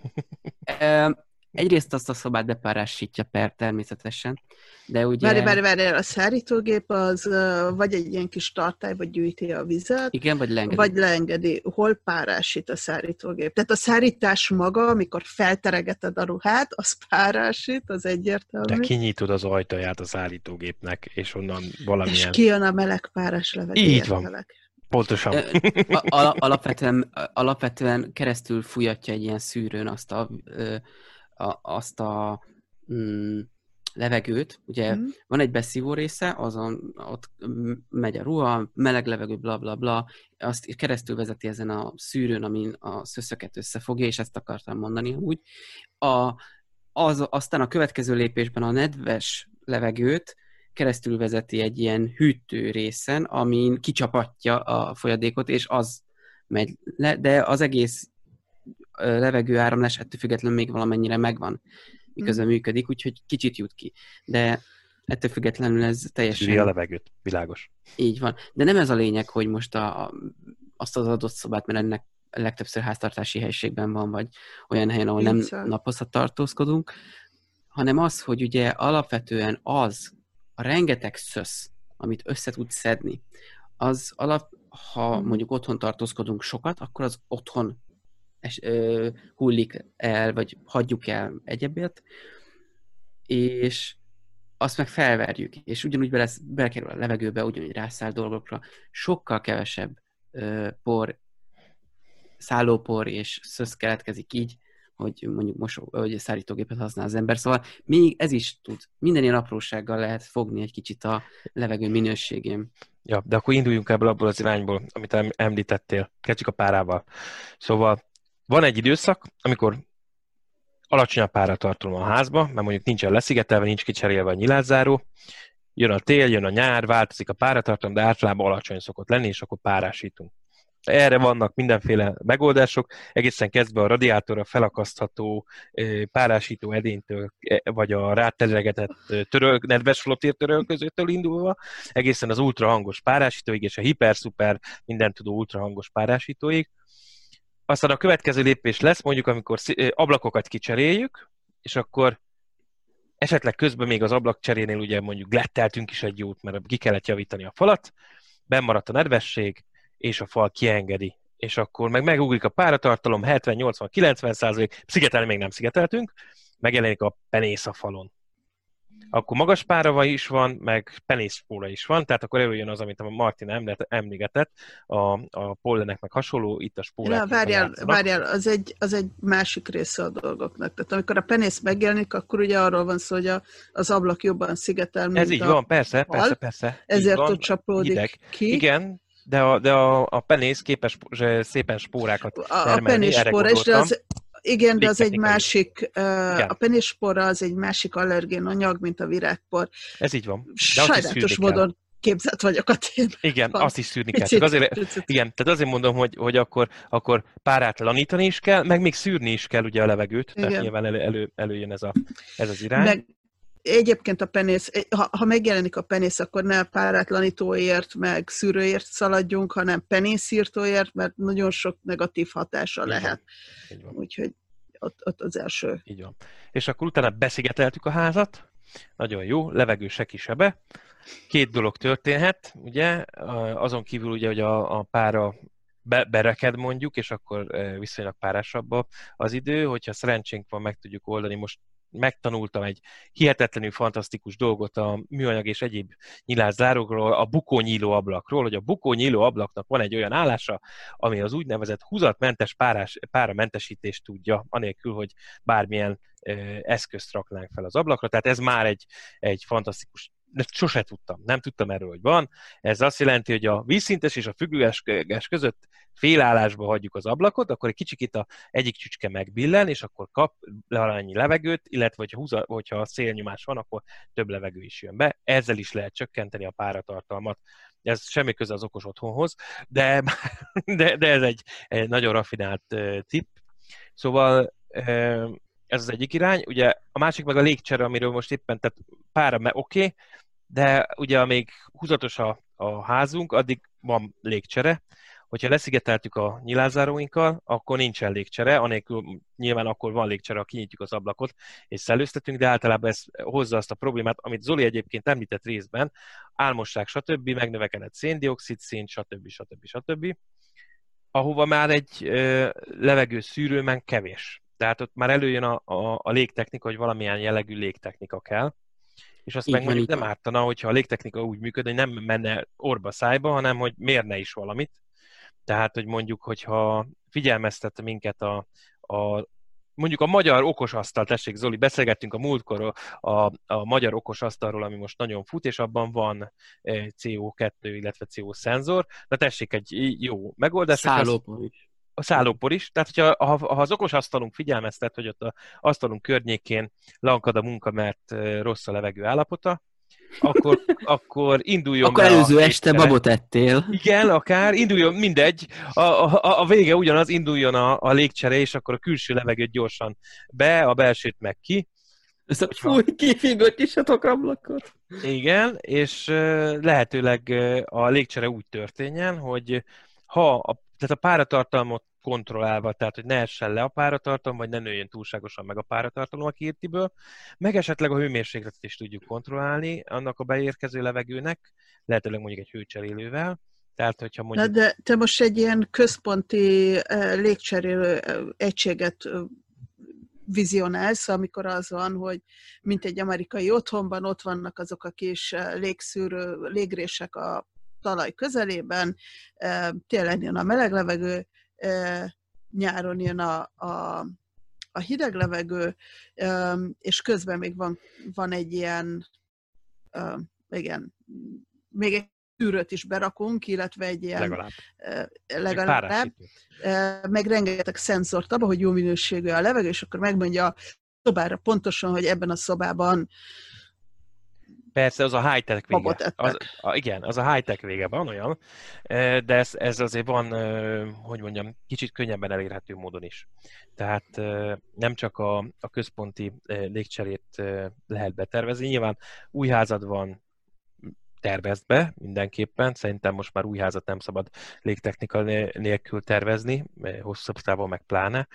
Ö, egyrészt azt a szobát bepárásítja per természetesen, de ugye... Várj, várj, várj, a szárítógép az uh, vagy egy ilyen kis tartályba gyűjti a vizet, igen, vagy leengedi. Vagy leengedi. Hol párásít a szárítógép? Tehát a szárítás maga, amikor felteregeted a ruhát, az párásít, az egyértelmű. De kinyitod az ajtaját a szállítógépnek, és onnan valamilyen... És kijön a meleg párás levegő. Így van. Meleg. Pontosan. Al- alapvetően, alapvetően keresztül fújatja egy ilyen szűrőn azt a, a, azt a mm, levegőt. Ugye mm. van egy beszívó része, azon ott megy a ruha, meleg levegő, bla bla bla, azt keresztül vezeti ezen a szűrőn, amin a szöszöket összefogja, és ezt akartam mondani úgy. A, az, aztán a következő lépésben a nedves levegőt keresztül vezeti egy ilyen hűtő részen, amin kicsapatja a folyadékot, és az megy le, de az egész levegőáramlás ettől függetlenül még valamennyire megvan, miközben mm. működik, úgyhogy kicsit jut ki. De ettől függetlenül ez teljesen... Szűri a levegőt, világos. Így van. De nem ez a lényeg, hogy most a, a, azt az adott szobát, mert ennek legtöbbször háztartási helyiségben van, vagy olyan helyen, ahol nem napozhat tartózkodunk, hanem az, hogy ugye alapvetően az, a rengeteg szösz, amit össze tud szedni, az alap, ha mondjuk otthon tartózkodunk sokat, akkor az otthon es, ö, hullik el, vagy hagyjuk el egyebért, és azt meg felverjük, és ugyanúgy bele, belekerül a levegőbe, ugyanúgy rászáll dolgokra, sokkal kevesebb ö, por, szállópor és szösz keletkezik így, hogy mondjuk mosó, vagy szárítógépet használ az ember. Szóval még ez is tud. Minden ilyen aprósággal lehet fogni egy kicsit a levegő minőségén. Ja, de akkor induljunk ebből abból az irányból, amit említettél. Kezdjük a párával. Szóval van egy időszak, amikor alacsony a páratartalom a házba, mert mondjuk nincsen leszigetelve, nincs kicserélve a nyilázzáró. Jön a tél, jön a nyár, változik a páratartalom, de általában alacsony szokott lenni, és akkor párásítunk. Erre vannak mindenféle megoldások, egészen kezdve a radiátorra felakasztható párásító edénytől, vagy a ráteregetett töröl, nedves flottértörölközőtől indulva, egészen az ultrahangos párásítóig, és a hiper-szuper mindent tudó ultrahangos párásítóig. Aztán a következő lépés lesz, mondjuk amikor ablakokat kicseréljük, és akkor esetleg közben még az ablakcserénél ugye mondjuk gletteltünk is egy jót, mert ki kellett javítani a falat, benn maradt a nedvesség, és a fal kiengedi. És akkor meg megugrik a páratartalom, hetven, nyolcvan, kilencven százalék, szigetelni még nem szigeteltünk, megjelenik a penész a falon. Akkor magas párava is van, meg penészspóra is van, tehát akkor előjön az, amit a Martin emlegetett, a, a pollenek meg hasonló, itt a spórák. Ja, várjál, várjál az, egy, az egy másik része a dolgoknak. Tehát amikor a penész megjelenik, akkor ugye arról van szó, hogy a, az ablak jobban szigetel, mint Ez így a van, persze, fal, persze, persze. Ezért ott csapódik hideg. ki. Igen, de a, de a, a penész képes szépen spórákat termelni. A penészspóra is, de az, igen, de az egy másik, igen. A penészspóra az egy másik allergén anyag, mint a virágpor. Ez így van. Sajnálatos módon képzett vagyok a témában. Igen, azt is szűrni kell. Csak azért, igen, tehát azért mondom, hogy, hogy akkor, akkor párátlanítani is kell, meg még szűrni is kell ugye a levegőt, igen. Tehát nyilván elő, elő, előjön ez, a, ez az irány. Meg, Egyébként a penész, ha, ha megjelenik a penész, akkor ne párátlanítóért, meg szűrőért szaladjunk, hanem penészírtóért, mert nagyon sok negatív hatása így lehet. Van. Úgyhogy ott, ott az első. Így van. És akkor utána beszigeteltük a házat, nagyon jó, levegő se kisebe. Két dolog történhet, ugye, azon kívül ugye, hogy a, a pára be, bereked mondjuk, és akkor viszonylag párásabb az idő, hogyha szerencsénk van, meg tudjuk oldani. Most megtanultam egy hihetetlenül fantasztikus dolgot a műanyag és egyéb nyilászárókról, a bukónyíló ablakról, hogy a bukónyíló ablaknak van egy olyan állása, ami az úgynevezett húzatmentes párás, páramentesítést tudja, anélkül, hogy bármilyen ö, eszközt raknánk fel az ablakra. Tehát ez már egy, egy fantasztikus, de sose tudtam, nem tudtam erről, hogy van. Ez azt jelenti, hogy a vízszintes és a függőleges között félállásba hagyjuk az ablakot, akkor egy kicsikét a egyik csücske megbillen, és akkor kap valannyi levegőt, illetve hogyha, húza, hogyha szélnyomás van, akkor több levegő is jön be. Ezzel is lehet csökkenteni a páratartalmat. Ez semmi köze az okos otthonhoz, de, de, de ez egy, egy nagyon raffinált uh, tipp. Szóval uh, ez az egyik irány. Ugye a másik meg a légcsere, amiről most éppen, tehát pára, oké, okay, de ugye amíg húzatos a, a házunk, addig van légcsere. Hogyha leszigeteltük a nyilázáróinkkal, akkor nincsen légcsere, anélkül nyilván akkor van légcsere, ha kinyitjuk az ablakot és szellőztetünk, de általában ez hozza azt a problémát, amit Zoli egyébként említett részben, álmosság, stb., megnövekedett széndioxid szint, stb. stb. stb. Ahova már egy ö, levegőszűrőmen kevés. Tehát ott már előjön a, a, a légtechnika, hogy valamilyen jellegű légtechnika kell. És azt Így meg van, mondjuk így nem van. ártana, hogyha a légtechnika úgy működ, hogy nem menne orba szájba, hanem hogy mérne is valamit. Tehát, hogy mondjuk, hogyha figyelmeztet minket a, a mondjuk a magyar okosasztal, tessék Zoli, beszélgettünk a múltkor a, a, a magyar okosasztalról, ami most nagyon fut, és abban van cé o kettő, illetve cé o szenzor. Na tessék, egy jó megoldás. Szállópor is. A szállópor is. Tehát, hogyha, ha, ha az okos asztalunk figyelmeztet, hogy ott az asztalunk környékén lankad a munka, mert rossz a levegő állapota, akkor, akkor induljon Akkor be előző a este légcsere. babot ettél. Igen, akár, induljon, mindegy, a, a, a vége ugyanaz, induljon a, a légcsere, és akkor a külső levegőt gyorsan be, a belsőt meg ki. Ezt a fúj, kifingott is a ablakot. Igen, és lehetőleg a légcsere úgy történjen, hogy ha a, tehát a páratartalmat kontrollálva, tehát hogy ne essen le a páratartalom, vagy ne nőjön túlságosan meg a páratartalom a kirtiből, meg esetleg a hőmérsékletet is tudjuk kontrollálni annak a beérkező levegőnek, lehetőleg mondjuk egy hőcserélővel. Tehát, hogyha mondjuk... Na de te most egy ilyen központi légcserélő egységet vizionálsz, amikor az van, hogy mint egy amerikai otthonban ott vannak azok a kis légszűrő, légrések a talaj közelében, télen jön a meleg levegő, nyáron jön a, a, a hideg levegő, és közben még van, van egy ilyen, igen, még egy szűrőt is berakunk, illetve egy ilyen legalább, legalább meg rengeteg szenzort abba, hogy jó minőségű a levegő, és akkor megmondja a szobára pontosan, hogy ebben a szobában persze, az a high-tech vége. Az, a, igen, az a high-tech vége van olyan, de ez, ez azért van, hogy mondjam, kicsit könnyebben elérhető módon is. Tehát nem csak a, a központi légcserét lehet betervezni. Nyilván új házad van, tervezd be mindenképpen. Szerintem most már új házat nem szabad légtechnika nélkül tervezni, hosszabb távon meg pláne.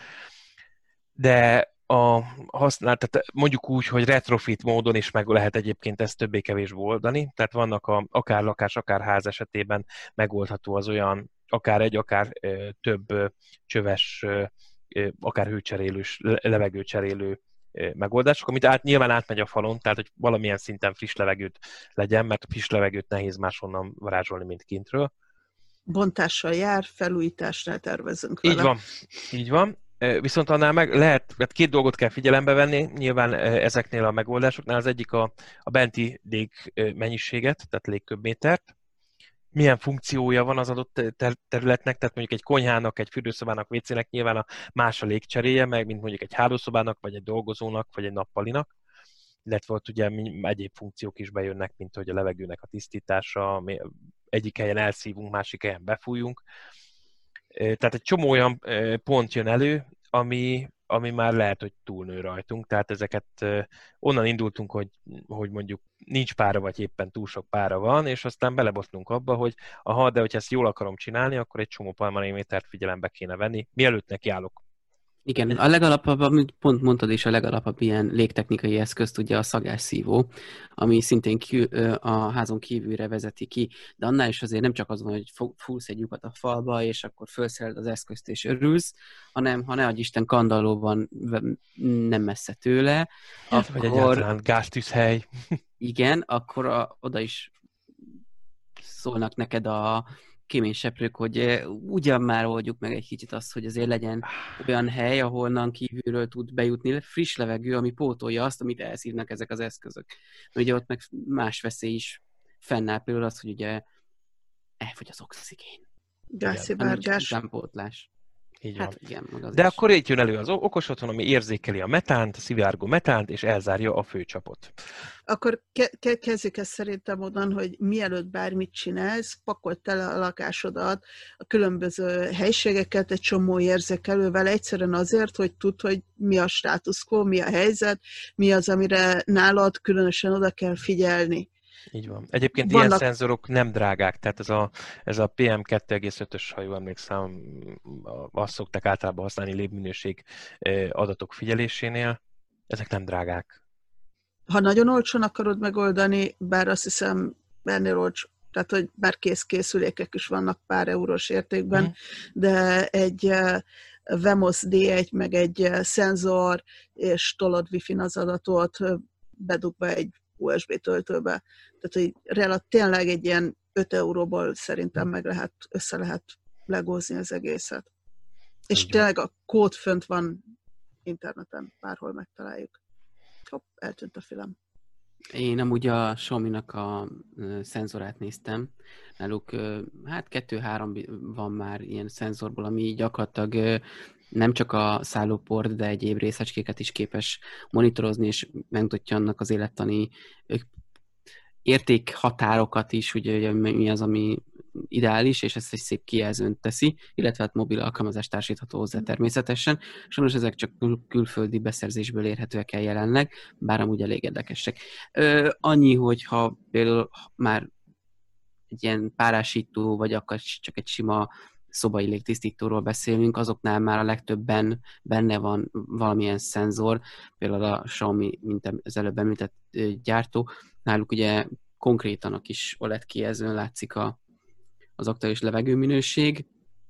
De a használat, tehát mondjuk úgy, hogy retrofit módon is meg lehet egyébként ezt többé-kevésbé oldani. Tehát vannak a, akár lakás, akár ház esetében megoldható az olyan, akár egy, akár ö, több ö, csöves, ö, akár hőcserélős, levegőcserélő ö, megoldások, amit át, nyilván átmegy a falon, tehát hogy valamilyen szinten friss levegőt legyen, mert a friss levegőt nehéz máshonnan varázsolni, mint kintről. Bontással jár, felújításnál tervezünk vele. Így van, így van. Viszont annál meg lehet, hát két dolgot kell figyelembe venni, nyilván ezeknél a megoldásoknál. Az egyik a, a benti lég mennyiséget, tehát légköbmétert. Milyen funkciója van az adott területnek, tehát mondjuk egy konyhának, egy fürdőszobának, vécének nyilván a más a légcseréje, meg mint mondjuk egy hálószobának, vagy egy dolgozónak, vagy egy nappalinak. Illetve ott ugye egyéb funkciók is bejönnek, mint hogy a levegőnek a tisztítása, egyik helyen elszívunk, másik helyen befújunk. Tehát egy csomó olyan pont jön elő, ami, ami már lehet, hogy túlnő rajtunk. Tehát ezeket onnan indultunk, hogy, hogy mondjuk nincs pára, vagy éppen túl sok pára van, és aztán belebotlunk abba, hogy aha, de hogyha ezt jól akarom csinálni, akkor egy csomó paramétert figyelembe kéne venni, mielőtt nekiállok. Igen, a legalapabb, amit pont mondtad is, a legalapabb ilyen légtechnikai eszközt ugye a szagásszívó, ami szintén ki, a házon kívülre vezeti ki, de annál is azért nem csak az van, hogy fúrsz egy lyukat a falba, és akkor felszereled az eszközt és örülsz, hanem ha ne adj Isten kandalló van nem messze tőle, hát, akkor... Vagy egyáltalán gáztűzhely. Igen, akkor a, oda is szólnak neked a kéményseprők, hogy ugyan már oldjuk meg egy kicsit azt, hogy azért legyen olyan hely, ahonnan kívülről tud bejutni friss levegő, ami pótolja azt, amit elszívnak ezek az eszközök. Ugye ott meg más veszély is fennáll, például az, hogy ugye elfogy az oxigén. Gázszivárgás. Utánpótlás. Így hát van. igen, maga az De is. akkor így jön elő az okos otthon, ami érzékeli a metánt, a szivárgó metánt, és elzárja a főcsapot. Akkor ke- ke- kezdjük ezt szerintem onnan, hogy mielőtt bármit csinálsz, pakold tele a lakásodat, a különböző helységeket egy csomó érzékelővel, egyszerűen azért, hogy tudd, hogy mi a status quo, mi a helyzet, mi az, amire nálad különösen oda kell figyelni. Így van. Egyébként Vannak... ilyen szenzorok nem drágák, tehát ez a, ez a pé em kettő egész ötös, ha jól emlékszem, azt szokták általában használni légminőség adatok figyelésénél, ezek nem drágák. Ha nagyon olcsón akarod megoldani, bár azt hiszem ennél olcsó, tehát hogy bár kész készülékek is vannak pár eurós értékben, mm. de egy Vemos dé egy, meg egy szenzor, és tolod Wi-Fi-n az adatot, bedug be egy u es bé töltőbe. Tehát, hogy relat, tényleg egy ilyen öt euróból szerintem meg lehet, össze lehet legózni az egészet. És tényleg a kód fönt van interneten, bárhol megtaláljuk. Hopp, eltűnt a film. Én amúgy a Xiaomi-nak a szenzorát néztem. Náluk hát kettő-három van már ilyen szenzorból, ami gyakorlatilag nem csak a szállóport, de egyéb részecskéket is képes monitorozni, és megmutatja annak az élettani értékhatárokat is, ugye mi az, ami ideális, és ezt egy szép kijelzőn teszi, illetve hát mobil alkalmazást társítható hozzá természetesen. Sajnos ezek csak kül- külföldi beszerzésből érhetőek el jelenleg, bár amúgy elég érdekesek. Ö, annyi, hogyha például már egy ilyen párásító, vagy akár csak egy sima szobai légtisztítóról beszélünk, azoknál már a legtöbben benne van valamilyen szenzor, például a Xiaomi, mint az előbb említett gyártó, náluk ugye konkrétan a kis o el e dé kijelzőn látszik a, az aktuális levegőminőség.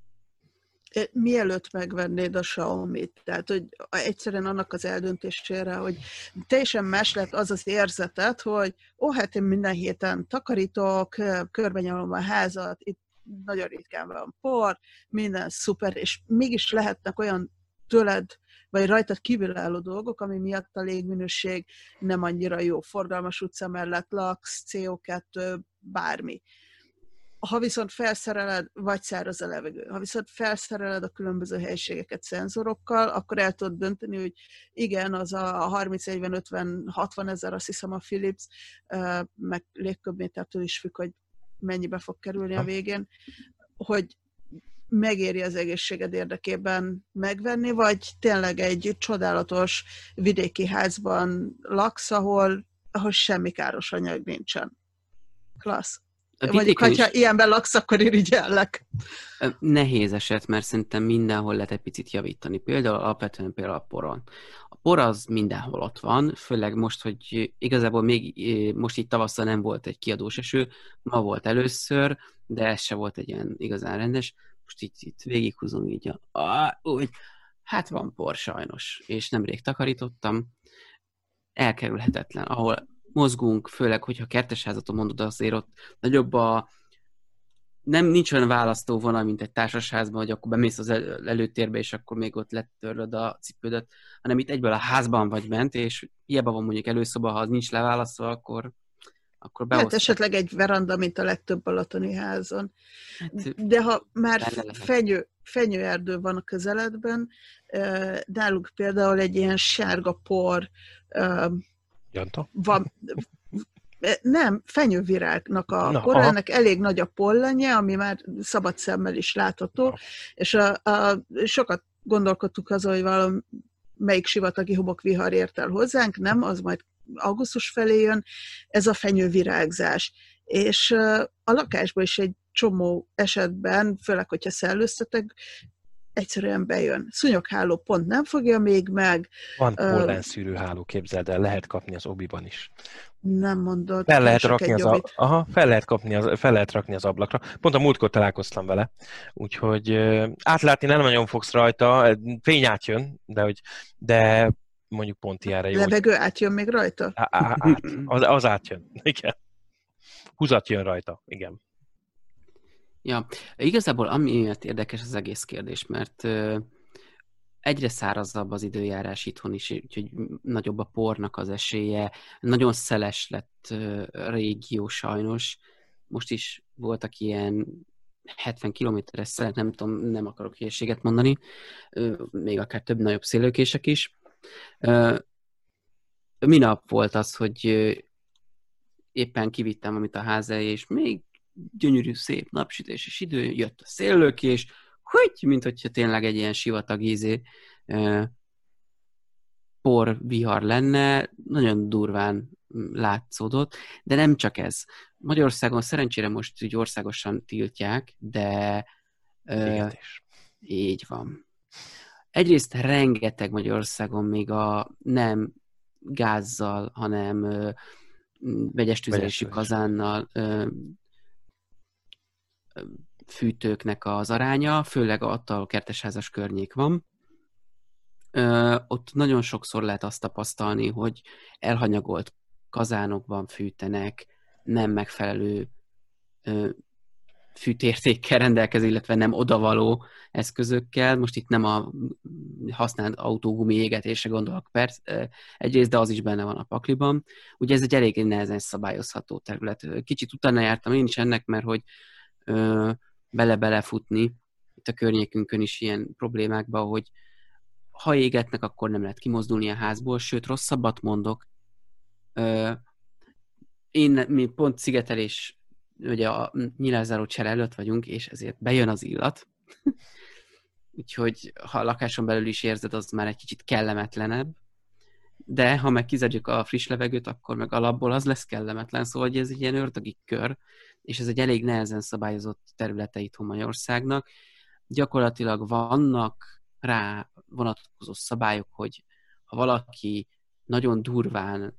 Mielőtt megvennéd a Xiaomi-t, tehát hogy egyszerűen annak az eldöntésére, hogy teljesen más lett az az érzetet, hogy ó, hát én minden héten takarítok, körbenyomom a házat, itt nagyon ritkán van por, minden szuper, és mégis lehetnek olyan tőled, vagy rajtad kívülálló dolgok, ami miatt a légminőség nem annyira jó. Forgalmas utca mellett laksz, cé o kettő, bármi. Ha viszont felszereled, vagy száraz a levegő, ha viszont felszereled a különböző helyiségeket szenzorokkal, akkor el tudod dönteni, hogy igen, az a harminc, negyven, ötven, hatvan ezer, azt hiszem a Philips, meg légköbmétertől is függ, hogy mennyibe fog kerülni a végén, hogy megéri az egészséged érdekében megvenni, vagy tényleg egy csodálatos vidéki házban laksz, ahol, ahol semmi káros anyag nincsen. Klassz. Vagy ha is... ilyenben laksz, akkor irigyellek. Nehéz eset, mert szerintem mindenhol lehet egy picit javítani. Például alapvetően például a poron. A por az mindenhol ott van, főleg most, hogy igazából még most így tavasszal nem volt egy kiadós eső, ma volt először, de ez se volt egy ilyen igazán rendes. Most itt, itt végighúzom így a... Ah, úgy, hát van por sajnos, és nemrég takarítottam. Elkerülhetetlen, ahol mozgunk, főleg, hogyha kertesházaton mondod, azért ott nagyobb a... Nem nincs olyan választóvonal, mint egy társasházban, hogy akkor bemész az el- előtérbe, és akkor még ott letörlöd a cipődet, hanem itt egyből a házban vagy bent, és hiába van mondjuk előszoba, ha az nincs leválasztva, akkor, akkor beosztod. Hát esetleg egy veranda, mint a legtöbb balatoni házon. De ha már fenyő, fenyőerdő van a közeledben, náluk például egy ilyen sárga por Janta? van, nem, fenyővirágnak a Na, por, ennek elég nagy a pollenje, ami már szabad szemmel is látható, aha. és a, a, sokat gondolkodtuk azon, hogy valamelyik sivatagi homokvihar ért el hozzánk, nem, az majd augusztus felé jön, ez a fenyővirágzás. És a lakásban is egy csomó esetben, főleg, hogyha szellőztetek, egyszerűen bejön. Szúnyogháló pont nem fogja még meg. Van pollenszűrőháló, képzeld el, lehet kapni az obiban is. Nem mondod. Fel lehet, rakni az a... Aha, fel, lehet kapni az... fel lehet rakni az ablakra. Pont a múltkor találkoztam vele, úgyhogy uh, átlátni nem nagyon fogsz rajta, fény átjön, de, hogy... de mondjuk pont ilyenre jó. Levegő hogy... átjön még rajta? Á, á, át. Az, az átjön, igen. Húzat jön rajta, igen. Ja, igazából amiért érdekes az egész kérdés, mert uh, egyre szárazabb az időjárás itthon is, úgyhogy nagyobb a pornak az esélye, nagyon szeles lett uh, a régió sajnos. Most is voltak ilyen hetven kilométeres szelet, nem tudom, nem akarok hülyeséget mondani, uh, még akár több nagyobb szélőkések is. Uh, minap volt az, hogy uh, éppen kivittem amit a ház elé, és még gyönyörű, szép napsütéses idő, jött a széllőkés, hogy, mint hogyha tényleg egy ilyen sivatag ízé por vihar lenne, nagyon durván látszódott, de nem csak ez. Magyarországon szerencsére most úgy országosan tiltják, de ö, így van. Egyrészt rengeteg Magyarországon még a nem gázzal, hanem ö, vegyes tüzelésű kazánnal ö, ö, fűtőknek az aránya, főleg ott a kertesházas környék van. Ö, ott nagyon sokszor lehet azt tapasztalni, hogy elhanyagolt kazánokban fűtenek, nem megfelelő ö, fűtértékkel rendelkező, illetve nem odavaló eszközökkel. Most itt nem a használt autógumi égetésre gondolok persze, egyrészt, de az is benne van a pakliban. Ugye ez egy elég nehezen szabályozható terület. Kicsit utána jártam én is ennek, mert hogy ö, bele-belefutni itt a környékünkön is ilyen problémákba, hogy ha égetnek, akkor nem lehet kimozdulni a házból, sőt, rosszabbat mondok. Ö, én mi pont szigetelés, ugye a nyilázáró csere előtt vagyunk, és ezért bejön az illat. Úgyhogy ha a lakáson belül is érzed, az már egy kicsit kellemetlenebb. De ha meg kizárjuk a friss levegőt, akkor meg alapból az lesz kellemetlen. Szóval ez egy ilyen ördögi kör, és ez egy elég nehezen szabályozott területe itthon Magyarországnak. Gyakorlatilag vannak rá vonatkozó szabályok, hogy ha valaki nagyon durván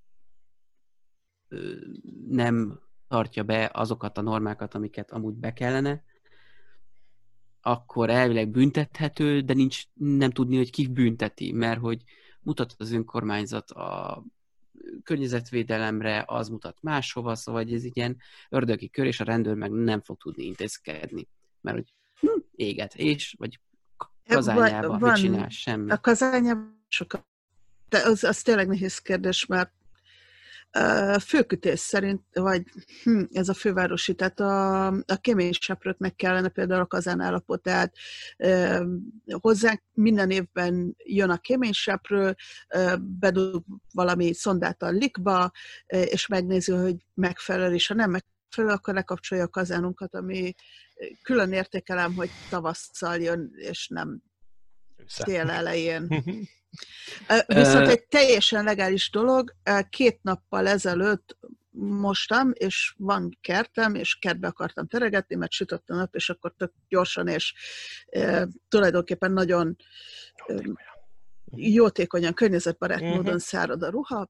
ö, nem tartja be azokat a normákat, amiket amúgy be kellene, akkor elvileg büntethető, de nincs, nem tudni, hogy ki bünteti, mert hogy mutat az önkormányzat a környezetvédelemre, az mutat máshova, szóval ez egy ilyen ördögi kör, és a rendőr meg nem fog tudni intézkedni, mert hogy hm, éget, és, vagy kazányába, mit csinál, semmi. A kazányában sokat, de az, az tényleg nehéz kérdés, mert Uh, főkütés szerint, vagy hm, ez a fővárosi, tehát a, a kéményseprőknek kellene például a kazán állapotát. Uh, hozzánk minden évben jön a kéményseprő, uh, bedug valami szondát a likba, uh, és megnézi, hogy megfelel, és ha nem megfelel, akkor lekapcsolja a kazánunkat, ami külön értékelem, hogy tavasszal jön, és nem tél elején. Viszont egy teljesen legális dolog, két nappal ezelőtt mostam, és van kertem, és kertbe akartam teregetni, mert sütött a nap, és akkor tök gyorsan, és e, tulajdonképpen nagyon e, jótékonyan, környezetbarát uh-huh. módon szárad a ruha,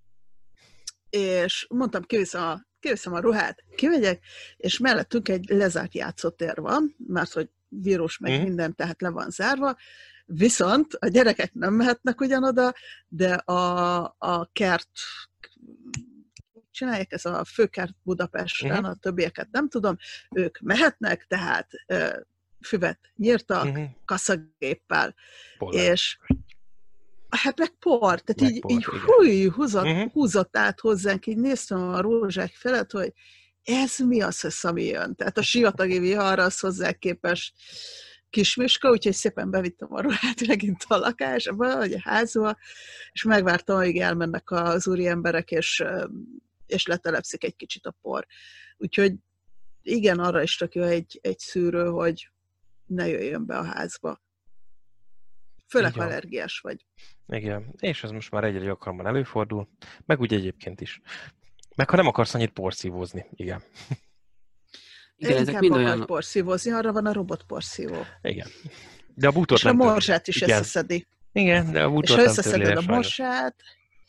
és mondtam, kiviszem a, kiviszem a ruhát, kimegyek, és mellettünk egy lezárt játszótér van, mert hogy vírus meg uh-huh. minden, tehát le van zárva. Viszont a gyerekek nem mehetnek ugyanoda, de a, a kert csinálják, ez a főkert Budapesten, uh-huh. a többieket nem tudom, ők mehetnek, tehát uh, füvet nyírtak, uh-huh. kaszagéppel, Polán. És hát meg por, tehát meg így, por, így húj, húzott, uh-huh. húzott át hozzánk, így néztem a rózsák felett, hogy ez mi az, hogy Szami jön? Tehát a sivatagi vihar az hozzá képes kismiska, úgyhogy szépen bevittem a ruhát megint a lakásba, vagy a házba, és megvártam, amíg elmennek az úri emberek, és, és letelepszik egy kicsit a por. Úgyhogy igen, arra is tök jó egy, egy szűrő, hogy ne jöjjön be a házba. Főleg, ha allergiás vagy. Igen, és ez most már egyre gyakrabban előfordul, meg úgy egyébként is. Meg ha nem akarsz annyit porszívózni, igen. Igen, ezek inkább mind olyan... porszívózni, arra van a robot porszívó. Igen. De a bútort és a morzsát is igen. összeszedi. Igen, de a bútort és nem ha összeszeded a morzsát,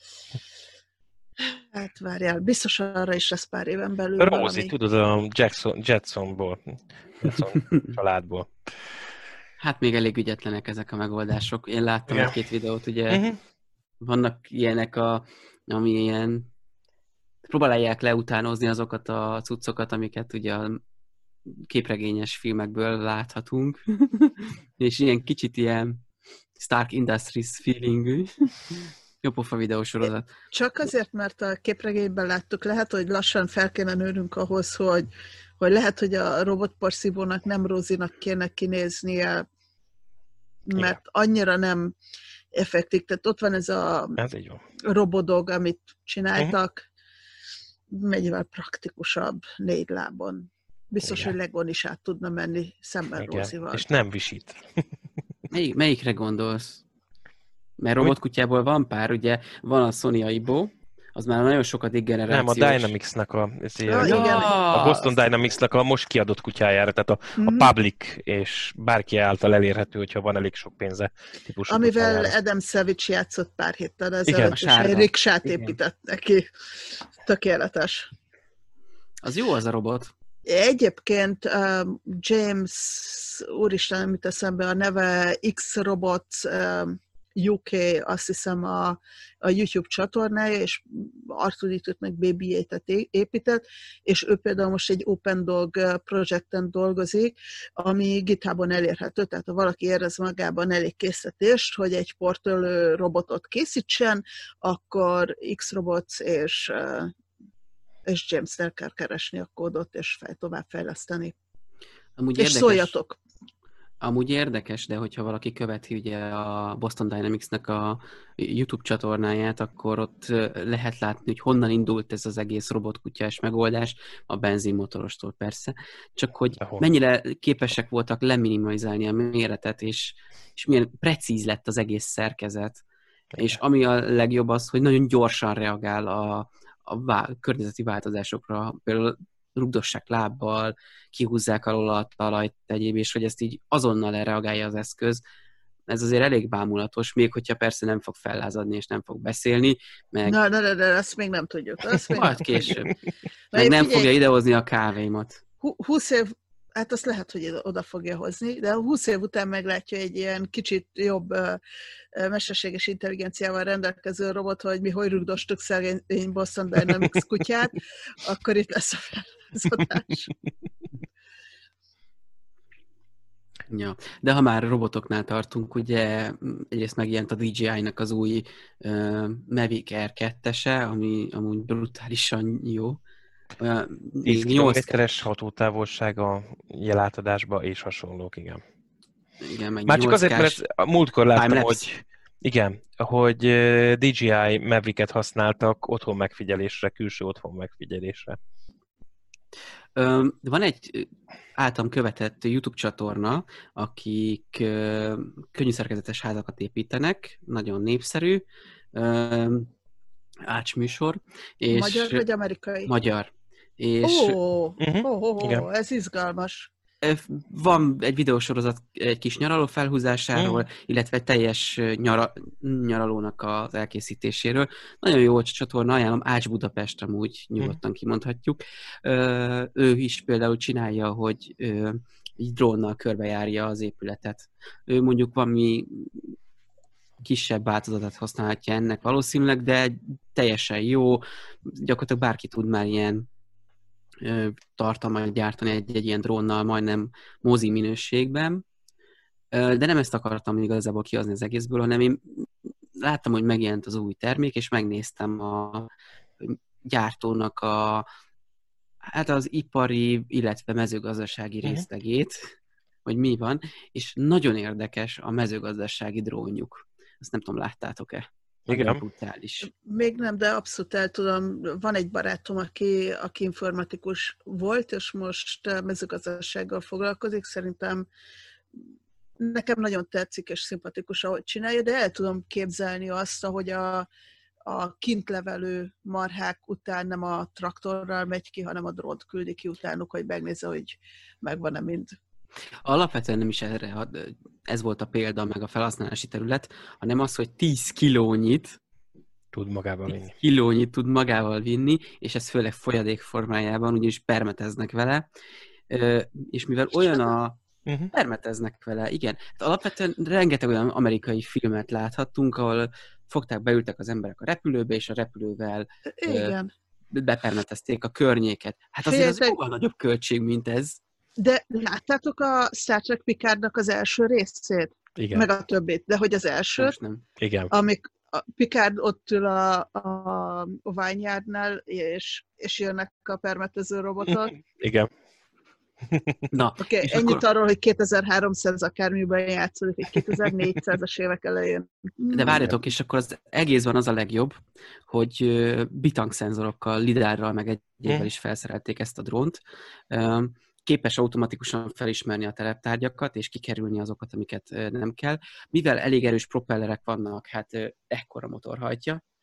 hát várjál, biztos arra is lesz pár éven belül Rosie, valami. tudod, a Jackson, Jetsonból, Jetson családból. Hát még elég ügyetlenek ezek a megoldások. Én láttam igen. egy-két videót, ugye uh-huh. vannak ilyenek, a, ami ilyen próbálják leutánozni azokat a cuccokat, amiket ugye a képregényes filmekből láthatunk, és ilyen kicsit ilyen Stark Industries feelingű. Jó pofa videósorozat. Csak azért, mert a képregényben láttuk, lehet, hogy lassan fel kéne nőnünk ahhoz, hogy, hogy lehet, hogy a robotporszívónak nem Rózinak kéne kinéznie, mert igen. annyira nem effektív. Tehát ott van ez a ez így van. robodog, amit csináltak, uh-huh. mennyivel praktikusabb négy lábon. Biztos, igen. hogy Legon is át tudna menni szemben igen. Rózival. És nem visít. Melyik, melyikre gondolsz? Mert robotkutyából van pár, ugye van a Sony Aibo, Az már nagyon sokadik Nem, generációs. a Dynamics-nak a, Ja, ja, igen. a Boston Dynamics-nak a most kiadott kutyájára, tehát a, a Mhm. public és bárki által elérhető, hogyha van elég sok pénze típusú Amivel kutyájára. Adam Savage játszott pár héttel Igen, ezelőtt, a és sárga. egy riksát Igen. épített neki. Tökéletes. Az jó az a robot. Egyébként um, James, úristen, nem jut eszembe a neve, X-Robot um, U K, azt hiszem a, a YouTube csatornája, és Artuditot meg Baby Eight-et épített, és ő például most egy Open Dog projekten dolgozik, ami GitHubon elérhető, tehát ha valaki érez magában elég készítést, hogy egy portölő robotot készítsen, akkor X-Robots és és James-tel kell keresni a kódot, és fel, továbbfejleszteni. Amúgy És érdekes, szóljatok! Amúgy érdekes, de hogyha valaki követi ugye a Boston Dynamics-nek a YouTube csatornáját, akkor ott lehet látni, hogy honnan indult ez az egész robotkutyás megoldás, a benzinmotorostól persze, csak hogy Ahol. mennyire képesek voltak leminimalizálni a méretet, és, és milyen precíz lett az egész szerkezet. Igen. És ami a legjobb az, hogy nagyon gyorsan reagál a a vá- környezeti változásokra, például rugdossák lábbal, kihúzzák alól a talajt, egyéb, és hogy ezt így azonnal elreagálja az eszköz. Ez azért elég bámulatos, még hogyha persze nem fog fellázadni, és nem fog beszélni, meg Na, na, na, na, ezt még nem tudjuk. Azt még majd nem. később. Na, Meg én nem figyelj, fogja idehozni a kávémat. hu- húsz év, hát azt lehet, hogy oda fogja hozni, de húsz év után meglátja egy ilyen kicsit jobb uh, mesterséges intelligenciával rendelkező robot, hogy mi hogy rugdostuk szegény Boston Dynamics kutyát, akkor itt lesz a felházadás. Ja. De ha már robotoknál tartunk, ugye egyrészt megjelent a dé jé í-nak az új uh, Mavic Air kettese, ami amúgy brutálisan jó. tíz kilométeres hatótávolság a jelátadásba és hasonlók, igen. Igen, meg Már csak azért, nyolc mert ezt múltkor láttam, timelapse. hogy igen, hogy dé jé í Mavic-et használtak otthon megfigyelésre, külső otthon megfigyelésre. Van egy általam követett YouTube csatorna, akik könnyű szerkezetes házakat építenek, nagyon népszerű, ácsműsor. És Magyar vagy amerikai? Magyar. És Ó, oh, uh-huh. oh, oh, Igen. oh, ez izgalmas. van egy videósorozat egy kis nyaraló felhúzásáról, Mm. illetve egy teljes nyara, nyaralónak az elkészítéséről. Nagyon jó csatorna, ajánlom, Ács Budapest amúgy nyugodtan kimondhatjuk. Ö, ő is például csinálja, hogy ö, így drónnal körbejárja az épületet. Ő mondjuk valami kisebb változatát használhatja ennek valószínűleg, de teljesen jó. Gyakorlatilag bárki tud már ilyen tartalmat gyártani egy, egy ilyen drónnal majdnem mozi minőségben, de nem ezt akartam igazából kihozni az egészből, hanem én láttam, hogy megjelent az új termék, és megnéztem a gyártónak a, hát az ipari, illetve mezőgazdasági Uh-huh. részlegét, hogy mi van, és nagyon érdekes a mezőgazdasági drónjuk. Azt nem tudom, láttátok-e? Igen. Brutális. Még nem, de abszolút el tudom. Van egy barátom, aki, aki informatikus volt, és most mezőgazdasággal foglalkozik. Szerintem nekem nagyon tetszik, és szimpatikus, ahogy csinálja, de el tudom képzelni azt, hogy a, a kintlevelő marhák után nem a traktorral megy ki, hanem a drónt küldi ki utánuk, hogy megnézze, hogy megvan-e mind. Alapvetően nem is erre, ez volt a példa, meg a felhasználási terület, hanem az, hogy tíz kilónyit tud magával vinni. tíz kilónyit tud magával vinni, és ez főleg folyadék formájában, ugyanis permeteznek vele, és mivel olyan a... Uh-huh. Permeteznek vele, igen. Hát alapvetően rengeteg olyan amerikai filmet láthattunk, ahol fogták, beültek az emberek a repülőbe, és a repülővel igen. bepermetezték a környéket. Hát azért az jóval nagyobb költség, mint ez. De láttátok a Star Trek Picardnak az első részét? Igen. Meg a többit, de hogy az első, nem. Igen. Amik a Picard ott ül a, a, a Vineyardnál, és, és jönnek a permetező robotok. Igen. Na, Oké, okay, ennyit akkor... arról, hogy kétezer-háromszáz akármiben játszódik, egy kétezer-négyszázas évek elején. De várjatok, és akkor az egészben az a legjobb, hogy bitang szenzorokkal, lidárral, meg egyébben is felszerelték ezt a drónt. Képes automatikusan felismerni a tereptárgyakat, és kikerülni azokat, amiket nem kell. Mivel elég erős propellerek vannak, hát ekkora motor hajtja,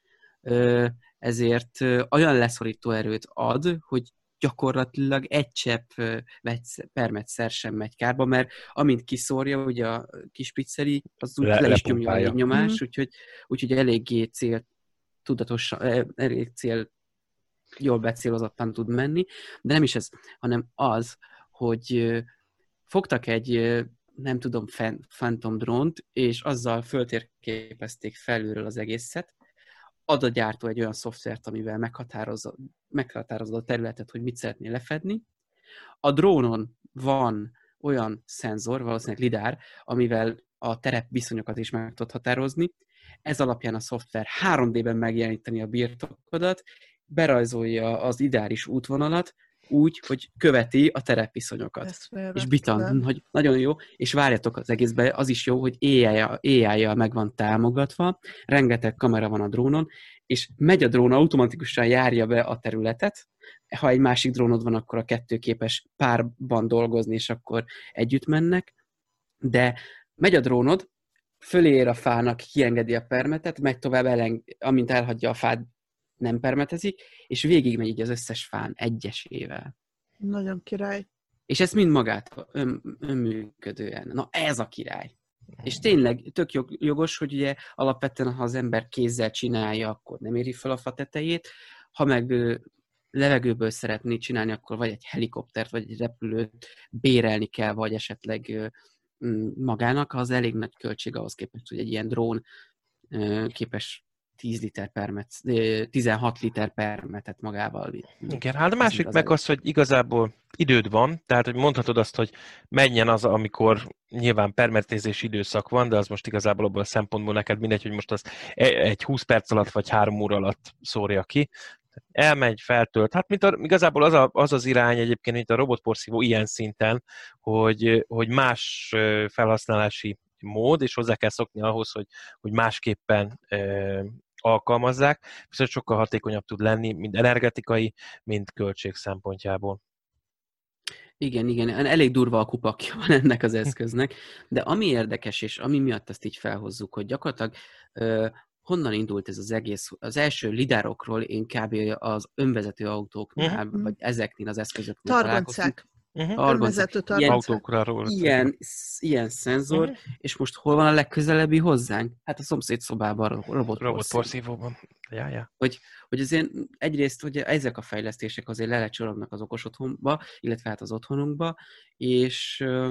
ezért olyan leszorító erőt ad, hogy gyakorlatilag egy csepp permetszer sem megy kárba, mert amint kiszórja, ugye a kis pizzeri, az úgy le, le is nyomja a nyomás, mm. úgyhogy, úgyhogy eléggé cél tudatosan, elég cél jól becélozottan tud menni, de nem is ez, hanem az, hogy fogtak egy, nem tudom, Phantom drónt, és azzal föltérképezték felülről az egészet, ad a gyártó egy olyan szoftvert, amivel meghatározza, meghatározza a területet, hogy mit szeretné lefedni. A drónon van olyan szenzor, valószínűleg lidár, amivel a terepviszonyokat is meg tud határozni. Ez alapján a szoftver három dében megjeleníteni a birtokodat, berajzolja az ideális útvonalat, úgy, hogy követi a terepviszonyokat. És bitan, hogy nagyon jó, és várjatok az egészben, az is jó, hogy á í-jal meg van támogatva, rengeteg kamera van a drónon, és megy a drón, automatikusan járja be a területet, ha egy másik drónod van, akkor a kettő képes párban dolgozni, és akkor együtt mennek, de megy a drónod, fölé ér a fának, kiengedi a permetet, megy tovább, eleng, amint elhagyja a fát, nem permetezik, és végigmegy így az összes fán egyesével. Nagyon király. És ez mind magát ön, önműködően. Na ez a király. És tényleg tök jogos, hogy ugye alapvetően, ha az ember kézzel csinálja, akkor nem éri fel a fa tetejét, ha meg levegőből szeretné csinálni, akkor vagy egy helikoptert, vagy egy repülőt bérelni kell, vagy esetleg magának, az elég nagy költség ahhoz képest, hogy egy ilyen drón képes tíz liter permet, tizenhat liter permetet magával. Igen, hát a másik meg az, hogy igazából időd van, tehát hogy mondhatod azt, hogy menjen az, amikor nyilván permetézés időszak van, de az most igazából abból a szempontból neked mindegy, hogy most azt egy húsz perc alatt vagy három óra alatt szórja ki. Elmegy, feltölt. Hát mint a, igazából az, a, az az irány egyébként, mint a robotporszívó ilyen szinten, hogy, hogy más felhasználási mód, és hozzá kell szokni ahhoz, hogy, hogy másképpen e, alkalmazzák, viszont sokkal hatékonyabb tud lenni, mind energetikai, mind költség szempontjából. Igen, igen, elég durva a kupakja van ennek az eszköznek, de ami érdekes, és ami miatt ezt így felhozzuk, hogy gyakorlatilag uh, honnan indult ez az egész, az első lidárokról én kb. Az önvezető autóknál, uh-huh. vagy ezeknél az eszközöknél találkoztunk. Uh-huh. Önvezető targoncák. Ilyen, ilyen szenzor, uh-huh. és most hol van a legközelebbi hozzánk? Hát a szomszéd szobában, a robotporszívóban. Ja, ja. Hogy, hogy azért egyrészt, hogy ezek a fejlesztések azért lelecsorognak az okos otthonba, illetve hát az otthonunkba, és ö,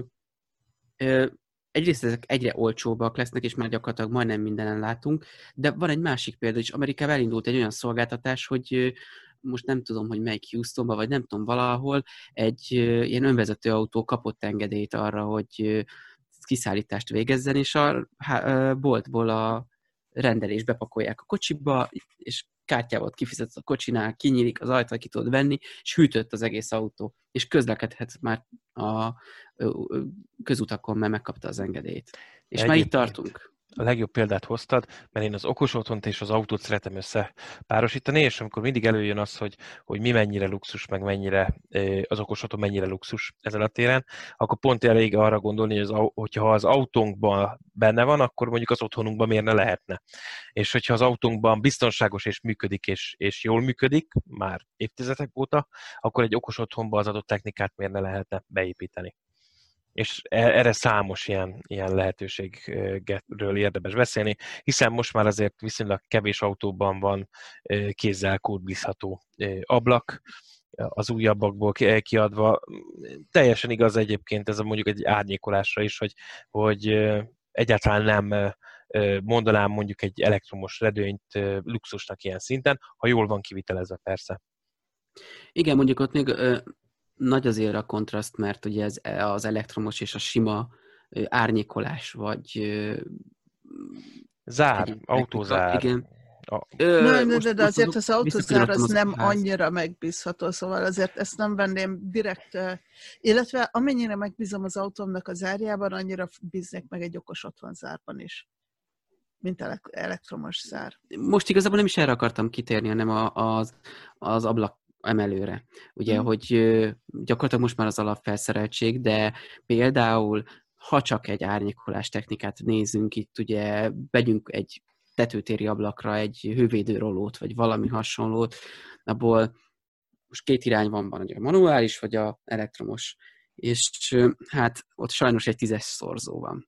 ö, egyrészt ezek egyre olcsóbbak lesznek, és már gyakorlatilag majdnem mindenen látunk, de van egy másik példa is. Amerikában elindult egy olyan szolgáltatás, hogy most nem tudom, hogy melyik Houstonba, vagy nem tudom, valahol egy ilyen önvezető autó kapott engedélyt arra, hogy kiszállítást végezzen, és a boltból a rendelést bepakolják a kocsiba, és kártyával kifizetsz a kocsinál, kinyílik az ajtó, ki tudod venni, és hűtött az egész autó, és közlekedhetsz már a közutakon, mert megkapta az engedélyt. És Egyébként. Már itt tartunk. A legjobb példát hoztad, mert én az okos otthont és az autót szeretem összepárosítani, és amikor mindig előjön az, hogy, hogy mi mennyire luxus, meg mennyire az okos otthon mennyire luxus ezen a téren, akkor pont elég arra gondolni, hogy az, hogyha az autónkban benne van, akkor mondjuk az otthonunkban miért ne lehetne. És hogyha az autónkban biztonságos és működik, és, és jól működik, már évtizedek óta, akkor egy okos otthonban az adott technikát miért ne lehetne beépíteni. És erre számos ilyen, ilyen lehetőségről érdemes beszélni, hiszen most már azért viszonylag kevés autóban van kézzel kódbízható ablak, az újabbakból kiadva. Teljesen igaz egyébként ez a mondjuk egy árnyékolásra is, hogy, hogy egyáltalán nem mondanám mondjuk egy elektromos redőnyt luxusnak ilyen szinten, ha jól van kivitelezve persze. Igen, mondjuk ott még... Nagy azért a kontraszt, mert ugye ez az elektromos és a sima árnyékolás, vagy... Zár, egy, autózár. Igen. A... Ö, Na, de, de, de azért az autózár az nem annyira megbízható, szóval azért ezt nem venném direkt, illetve amennyire megbízom az autómnak a zárjában, annyira bíznék meg egy okos otthonzárban is, mint elektromos zár. Most igazából nem is erre akartam kitérni, hanem az, az ablak emelőre. Ugye, mm. hogy gyakorlatilag most már az alapfelszereltség, de például, ha csak egy árnyékolás technikát nézzünk, itt ugye vegyünk egy tetőtéri ablakra egy hővédőrolót, vagy valami hasonlót, abból most két irány van, van a manuális, vagy a elektromos, és hát ott sajnos egy tízes szorzó van.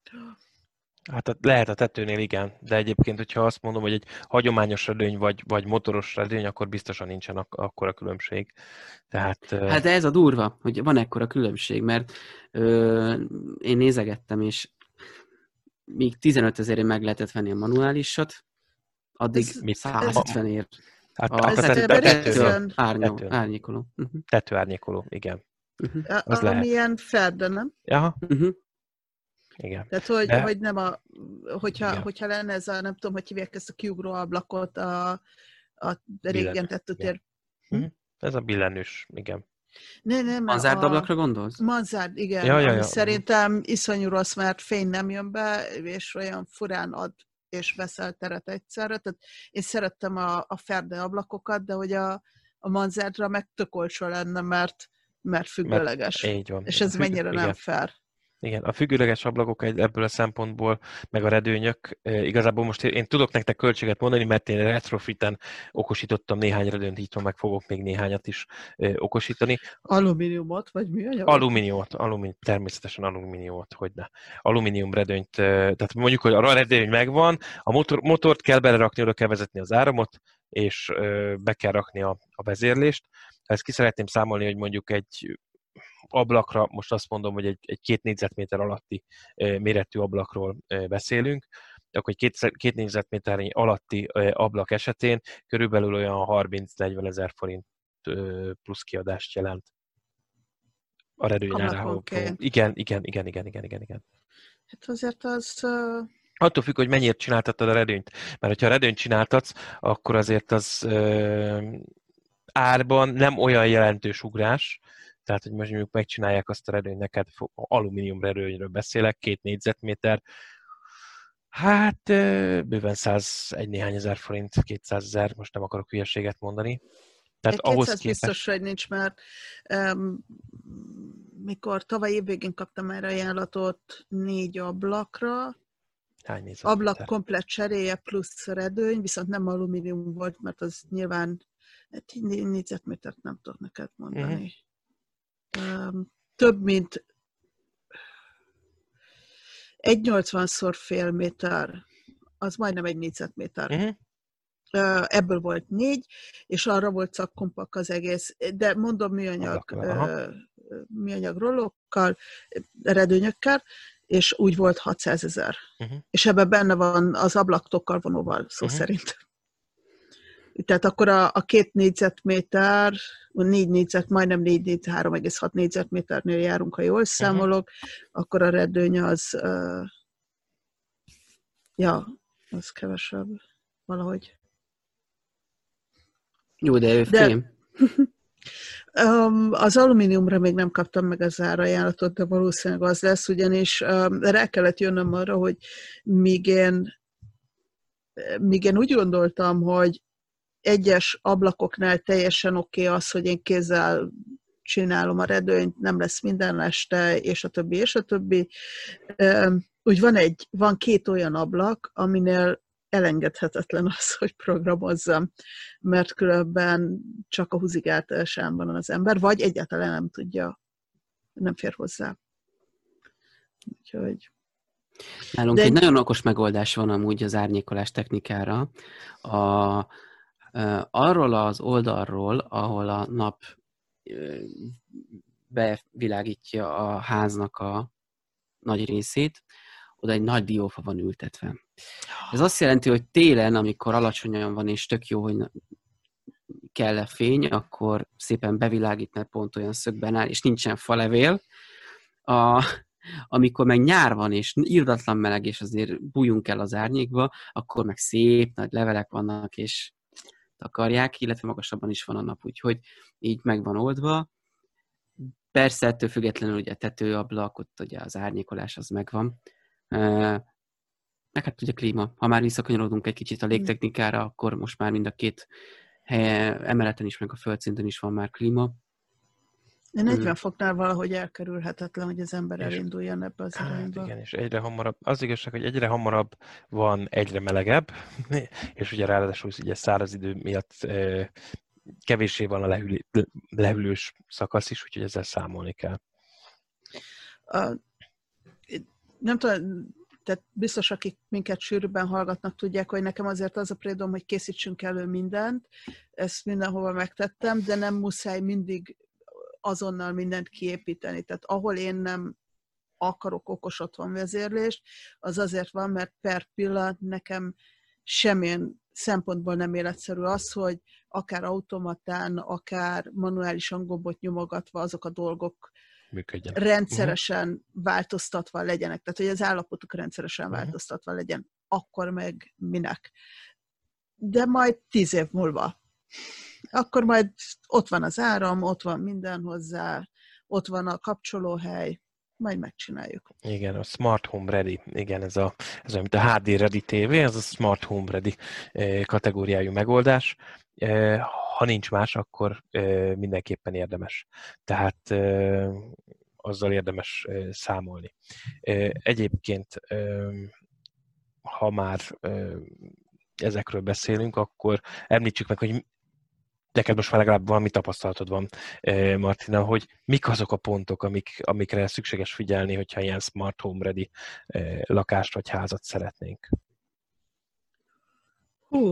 Hát lehet a tetőnél igen, de egyébként, hogyha azt mondom, hogy egy hagyományos redőny vagy, vagy motoros redőny, akkor biztosan nincsen ak- akkora különbség. Tehát, hát de ez a durva, hogy van ekkora különbség, mert ö, én nézegettem, és míg tizenöt ezerért meg lehetett venni a manuálisat, addig száz ötven ér. Hát, a, a tető, tető, árnyó, árnyékoló. Uh-huh. Tetőárnyékoló, igen. Uh-huh. Az Amilyen ferde, nem? Aha. Uh-huh. Igen. Tehát, hogy, De... hogy nem a, hogyha, igen. hogyha lenne ez a, nem tudom, hogy hívják ezt a kiugró ablakot, a, a régen tetőtér. Hm? Ez a billenős, igen. Ne, nem, Manzárd ablakra gondolsz? Manzárd, igen. Ja, ja, ami ja. szerintem iszonyú rossz, mert fény nem jön be, és olyan furán ad és veszel teret egyszerre. Tehát én szerettem a, a ferde ablakokat, de hogy a, a manzárdra meg tök olcsó lenne, mert, mert függőleges. Mert így van. És ez Függ... mennyire igen. nem fair. Igen, a függőleges ablakok ebből a szempontból, meg a redőnyök, igazából most én tudok nektek költséget mondani, mert én retrofiten okosítottam néhány redőnyt, így meg fogok még néhányat is okosítani. Alumíniumot, vagy műanyag? Alumíniumot, alumínium, természetesen alumíniumot, hogyne. Alumínium redőnyt, tehát mondjuk, hogy a redőny megvan, a motor, motort kell belerakni, oda kell vezetni az áramot, és be kell rakni a, a vezérlést. Ezt ki szeretném számolni, hogy mondjuk egy ablakra, most azt mondom, hogy egy, egy két négyzetméter alatti méretű ablakról beszélünk, akkor egy két, két négyzetméternyi alatti ablak esetén körülbelül olyan harminc-negyven ezer forint plusz kiadást jelent a redőnyárához. Igen, igen, igen, igen, igen, igen, igen. Hát azért az... Uh... Attól függ, hogy mennyire csináltattad a redőnyt. Mert hogyha a redőnyt csináltatsz, akkor azért az uh, árban nem olyan jelentős ugrás. Tehát, hogy most mondjuk megcsinálják azt a redőnyt, neked alumínium redőnyről beszélek, két négyzetméter, hát bőven százegy néhány ezer forint, kétszázezer, most nem akarok hülyeséget mondani. Tehát ahhoz kétszáz képest... biztos, hogy nincs, mert um, mikor tavaly évvégén kaptam erre ajánlatot négy ablakra, ablak komplet cseréje plusz redőny, viszont nem alumínium volt, mert az nyilván négy négyzetmétert nem tudok neked mondani. Uh-huh. Um, több mint egy nyolcvanszor fél méter, az majdnem egy négyzetméter. Uh-huh. Uh, ebből volt négy, és arra volt szakkompak az egész, de mondom műanyag, uh, műanyag rollókkal, redőnyökkel, és úgy volt hatszázezer. Uh-huh. És ebben benne van az ablaktokkal vonóval, szó uh-huh. szerint. Tehát akkor a, a két négyzetméter, négy négyzet, majdnem négy négyzet, három egész hat négyzetméternél járunk, ha jól számolok, uh-huh. akkor a redőny az, uh, ja, az kevesebb valahogy. Jó, de ő fém. um, az alumíniumra még nem kaptam meg az árajánlatot, de valószínűleg az lesz, ugyanis um, rá kellett jönnöm arra, hogy míg én, míg én úgy gondoltam, hogy egyes ablakoknál teljesen oké okay az, hogy én kézzel csinálom a redőnyt, nem lesz minden este, és a többi, és a többi. Úgy van, egy, van két olyan ablak, aminél elengedhetetlen az, hogy programozzam, mert különben csak a húzigáltásán van az ember, vagy egyáltalán nem tudja, nem fér hozzá. Úgyhogy... Nálunk De... egy nagyon okos megoldás van amúgy az árnyékolás technikára. A arról az oldalról, ahol a nap bevilágítja a háznak a nagy részét, oda egy nagy diófa van ültetve. Ez azt jelenti, hogy télen, amikor alacsonyan van és tök jó, hogy kell-e fény, akkor szépen bevilágít, mert pont olyan szögben áll, és nincsen falevél. A, amikor meg nyár van, és irdatlan meleg, és azért bújjunk el az árnyékba, akkor meg szép nagy levelek vannak, és takarják, illetve magasabban is van a nap, úgyhogy így meg van oldva. Persze ettől függetlenül ugye tetőablak, ott ugye az árnyékolás az megvan. Meg hát ugye klíma. Ha már visszakanyarodunk egy kicsit a légtechnikára, akkor most már mind a két helye, emeleten is, meg a földszinten is van már klíma. negyven foknál valahogy elkerülhetetlen, hogy az ember És- elinduljon ebbe az Hát irányba. igen, és egyre hamarabb, az igazság, hogy egyre hamarabb van, egyre melegebb, és ugye ráadásul ugye száraz idő miatt eh, kevéssé van a lehűl, lehűlős szakasz is, úgyhogy ezzel számolni kell. A, nem tudom, tehát biztos, akik minket sűrűbben hallgatnak, tudják, hogy nekem azért az a prédom, hogy készítsünk elő mindent, ezt mindenhova megtettem, de nem muszáj mindig azonnal mindent kiépíteni. Tehát ahol én nem akarok okos otthon vezérlést, az azért van, mert per pillanat nekem semmilyen szempontból nem életszerű az, hogy akár automatán, akár manuálisan gombot nyomogatva azok a dolgok Működjen. rendszeresen uh-huh. változtatva legyenek. Tehát, hogy az állapotuk rendszeresen uh-huh. változtatva legyen. Akkor meg minek. De majd tíz év múlva. Akkor majd ott van az áram, ott van minden hozzá, ott van a kapcsolóhely, majd megcsináljuk. Igen, a Smart Home Ready, igen, ez a, ez olyan, mint a há dé Ready té vé, ez a Smart Home Ready kategóriájú megoldás. Ha nincs más, akkor mindenképpen érdemes. Tehát azzal érdemes számolni. Egyébként, ha már ezekről beszélünk, akkor említsük meg, hogy neked most már legalább valami tapasztalatod van, Martina, hogy mik azok a pontok, amik, amikre szükséges figyelni, hogyha ilyen Smart Home Ready lakást vagy házat szeretnénk. Hú,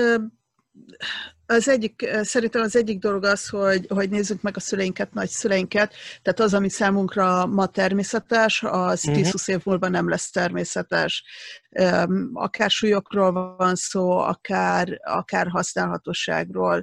az egyik, szerintem az egyik dolog az, hogy, hogy nézzük meg a szüleinket, nagyszüleinket, tehát az, ami számunkra ma természetes, az uh-huh. tíz-húsz év múlva nem lesz természetes. Akár súlyokról van szó, akár, akár használhatóságról.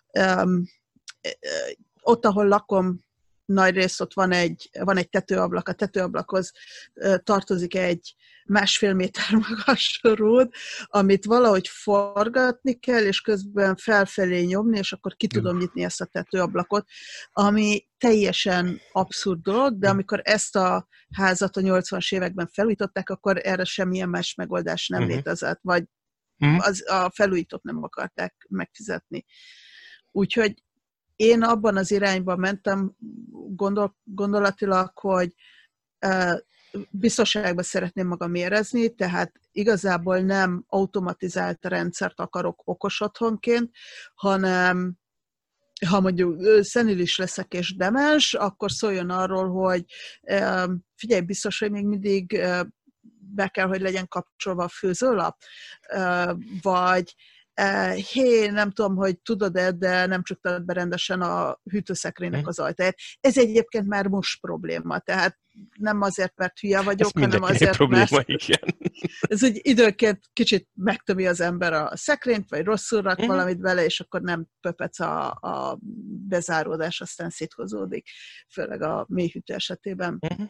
Ott, ahol lakom, nagy rész ott van egy, van egy tetőablak, a tetőablakhoz tartozik egy másfél méter magas rúd, amit valahogy forgatni kell, és közben felfelé nyomni, és akkor ki tudom nyitni ezt a tetőablakot, ami teljesen abszurd dolog, de amikor ezt a házat a nyolcvanas években felújították, akkor erre semmilyen más megoldás nem uh-huh. létezett, vagy uh-huh. az, a felújítót nem akarták megfizetni. Úgyhogy én abban az irányban mentem gondol, gondolatilag, hogy uh, biztonságban szeretném magam érezni, tehát igazából nem automatizált rendszert akarok okos otthonként, hanem ha mondjuk szenilis leszek és demens, akkor szóljon arról, hogy uh, figyelj, biztos, hogy még mindig uh, be kell, hogy legyen kapcsolva a főzőlap, uh, vagy hé, nem tudom, hogy tudod-e, de nem csuktatod be rendesen a hűtőszekrénynek az ajtaját. Ez egyébként már most probléma, tehát nem azért, mert hülye vagyok, hanem azért, probléma, mert igen. ez úgy időnként kicsit megtömi az ember a szekrényt, vagy rosszul rak uh-huh. valamit bele, és akkor nem pöpec a, a bezáródás, aztán széthozódik, főleg a mélyhűtő esetében. Uh-huh.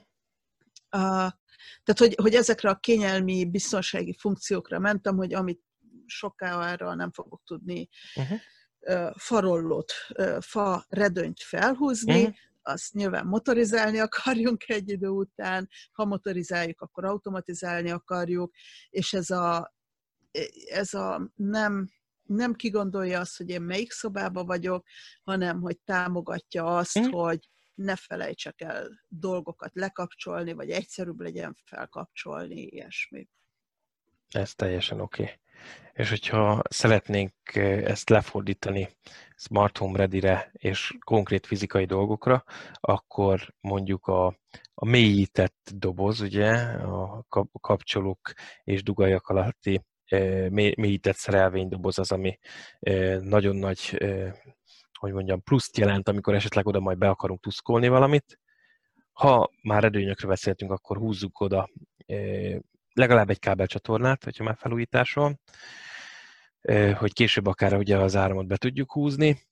Uh, tehát, hogy, hogy ezekre a kényelmi, biztonsági funkciókra mentem, hogy amit sokára nem fogok tudni uh-huh. uh, farollót, uh, fa redőnyt felhúzni, uh-huh. azt nyilván motorizálni akarjunk egy idő után, ha motorizáljuk, akkor automatizálni akarjuk, és ez a, ez a nem, nem kigondolja azt, hogy én melyik szobában vagyok, hanem hogy támogatja azt, uh-huh. hogy ne felejtsek el dolgokat lekapcsolni, vagy egyszerűbb legyen felkapcsolni, ilyesmi. Ez teljesen oké. Okay. És hogyha szeretnénk ezt lefordítani Smart Home Ready-re és konkrét fizikai dolgokra, akkor mondjuk a, a mélyített doboz, ugye, a kapcsolók és dugajak alatti mélyített szerelvénydoboz az, ami nagyon nagy, hogy mondjam, pluszt jelent, amikor esetleg oda majd be akarunk tuszkolni valamit. Ha már redőnyökről beszéltünk, akkor húzzuk oda legalább egy kábelcsatornát, hogyha már felújítás van, hogy később akár ugye az áramot be tudjuk húzni.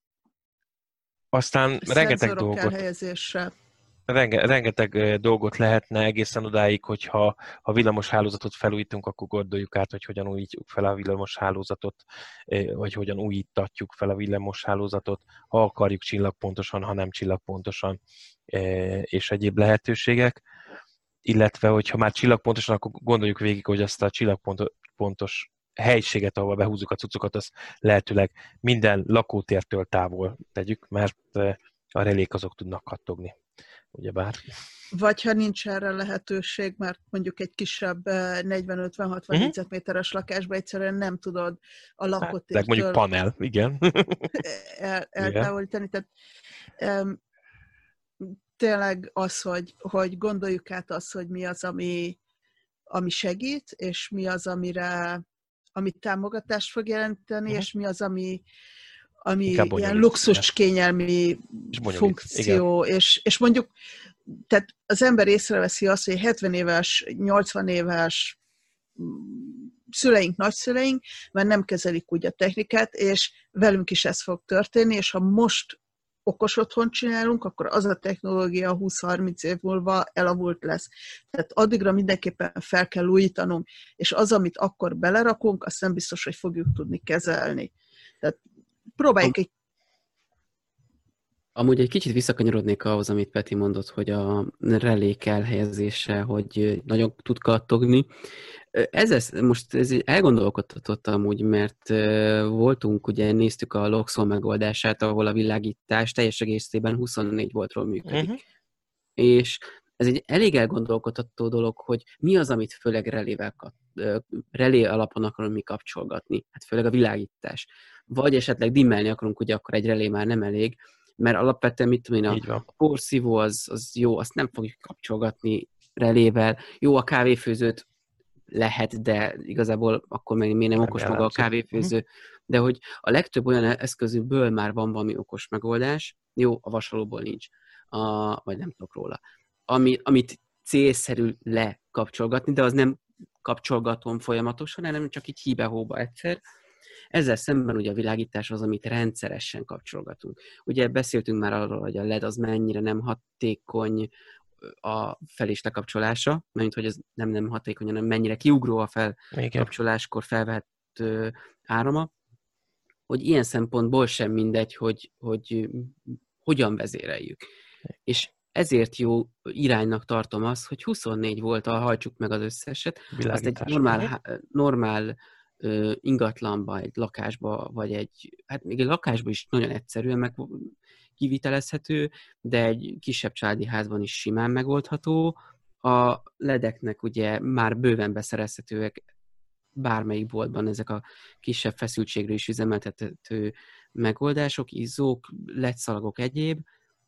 Aztán rengeteg dolgot, renge, rengeteg dolgot lehetne egészen odáig, hogyha ha villamos hálózatot felújítunk, akkor gondoljuk át, hogy hogyan újítjuk fel a villamos hálózatot, vagy hogyan újítatjuk fel a villamos hálózatot, ha akarjuk csillagpontosan, ha nem csillagpontosan, és egyéb lehetőségek. Illetve, hogyha már csillagpontosan, akkor gondoljuk végig, hogy azt a csillagpontos helységet, ahol behúzzuk a cuccokat, azt lehetőleg minden lakótértől távol tegyük, mert A relék azok tudnak kattogni, ugyebár. Vagy ha nincs erre lehetőség, mert mondjuk egy kisebb negyven-ötven-hatvan uh-huh. négyzetméteres lakásban egyszerűen nem tudod a lakótértől... Hát, mondjuk panel, igen. el, eltávolítani. Tehát um, tényleg az, hogy, hogy gondoljuk át azt, hogy mi az, ami, ami segít, és mi az, amire ami támogatást fog jelenteni, uh-huh. és mi az, ami ami ilyen luxus kényelmi funkció, és, és mondjuk tehát az ember észreveszi azt, hogy hetven éves, nyolcvan éves szüleink, nagyszüleink már nem kezelik úgy a technikát, és velünk is ez fog történni, és ha most okos otthont csinálunk, akkor az a technológia húsz-harminc év múlva elavult lesz. Tehát addigra mindenképpen fel kell újítanunk, és az, amit akkor belerakunk, azt nem biztos, hogy fogjuk tudni kezelni. Tehát próbáljuk egy... Amúgy egy kicsit visszakanyarodnék ahhoz, amit Peti mondott, hogy a relék elhelyezése, hogy nagyon tud kattogni. Ez, ez most ez elgondolkodtatott amúgy, mert voltunk, ugye néztük a Loxol megoldását, ahol a világítás teljes egészében huszonnégy voltról működik. Uh-huh. És ez egy elég elgondolkodtató dolog, hogy mi az, amit főleg relével, relé alapon akarunk mi kapcsolgatni. Hát főleg a világítás. Vagy esetleg dimmelni akarunk, ugye akkor egy relé már nem elég, mert alapvetően mit tudom én, a, a porszívó az, az jó, azt nem fogjuk kapcsolgatni relével. Jó, a kávéfőzőt lehet, de igazából akkor még miért nem, nem okos maga a kávéfőző. Uh-huh. De hogy a legtöbb olyan eszközünkből már van valami okos megoldás. Jó, a vasalóból nincs. A, vagy nem tudok róla. Ami, amit célszerű lekapcsolgatni, de az nem kapcsolgatom folyamatosan, hanem csak így híbe-hóba egyszer. Ezzel szemben ugye a világítás az, amit rendszeresen kapcsolgatunk. Ugye beszéltünk már arról, hogy a el é dé az mennyire nem hatékony a fel- és lekapcsolása, mert hogy ez nem nem hatékony, hanem mennyire kiugró a felkapcsoláskor felvett ö, árama, hogy ilyen szempontból sem mindegy, hogy, hogy hogyan vezéreljük. És ezért jó iránynak tartom azt, hogy huszonnégy volttal hajtsuk meg az összeset, azt egy normál, normál uh, ingatlanba, egy lakásba, vagy egy, hát még egy lakásban is nagyon egyszerűen meg kivitelezhető, de egy kisebb családi házban is simán megoldható. A ledeknek ugye már bőven beszerezhetőek bármelyik boltban ezek a kisebb feszültségről is üzemeltethető megoldások, izzók, ledszalagok, egyéb.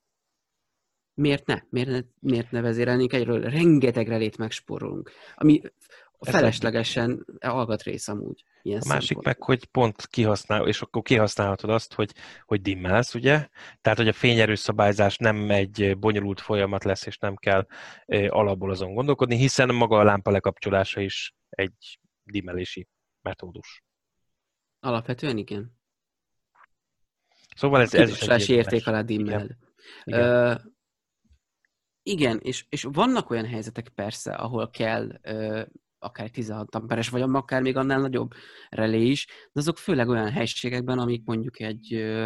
Miért ne? Miért ne, miért ne vezérelnénk egyről? Rengeteg relét megspórolunk, ami feleslegesen alkatrész amúgy. Ilyen a másik meg, hogy pont kihasznál, és akkor kihasználhatod azt, hogy, hogy dimmelsz, ugye? Tehát, hogy a fényerős szabályzás nem egy bonyolult folyamat lesz, és nem kell alapból azon gondolkodni, hiszen maga a lámpa lekapcsolása is egy dimmelési metódus. Alapvetően igen. Szóval ez, ez is egy érték alá dimmel. Igen. Igen. Uh, igen, és, és vannak olyan helyzetek persze, ahol kell uh, akár tizenhat amperes, vagy akár még annál nagyobb relé is, de azok főleg olyan helységekben, amik mondjuk egy uh,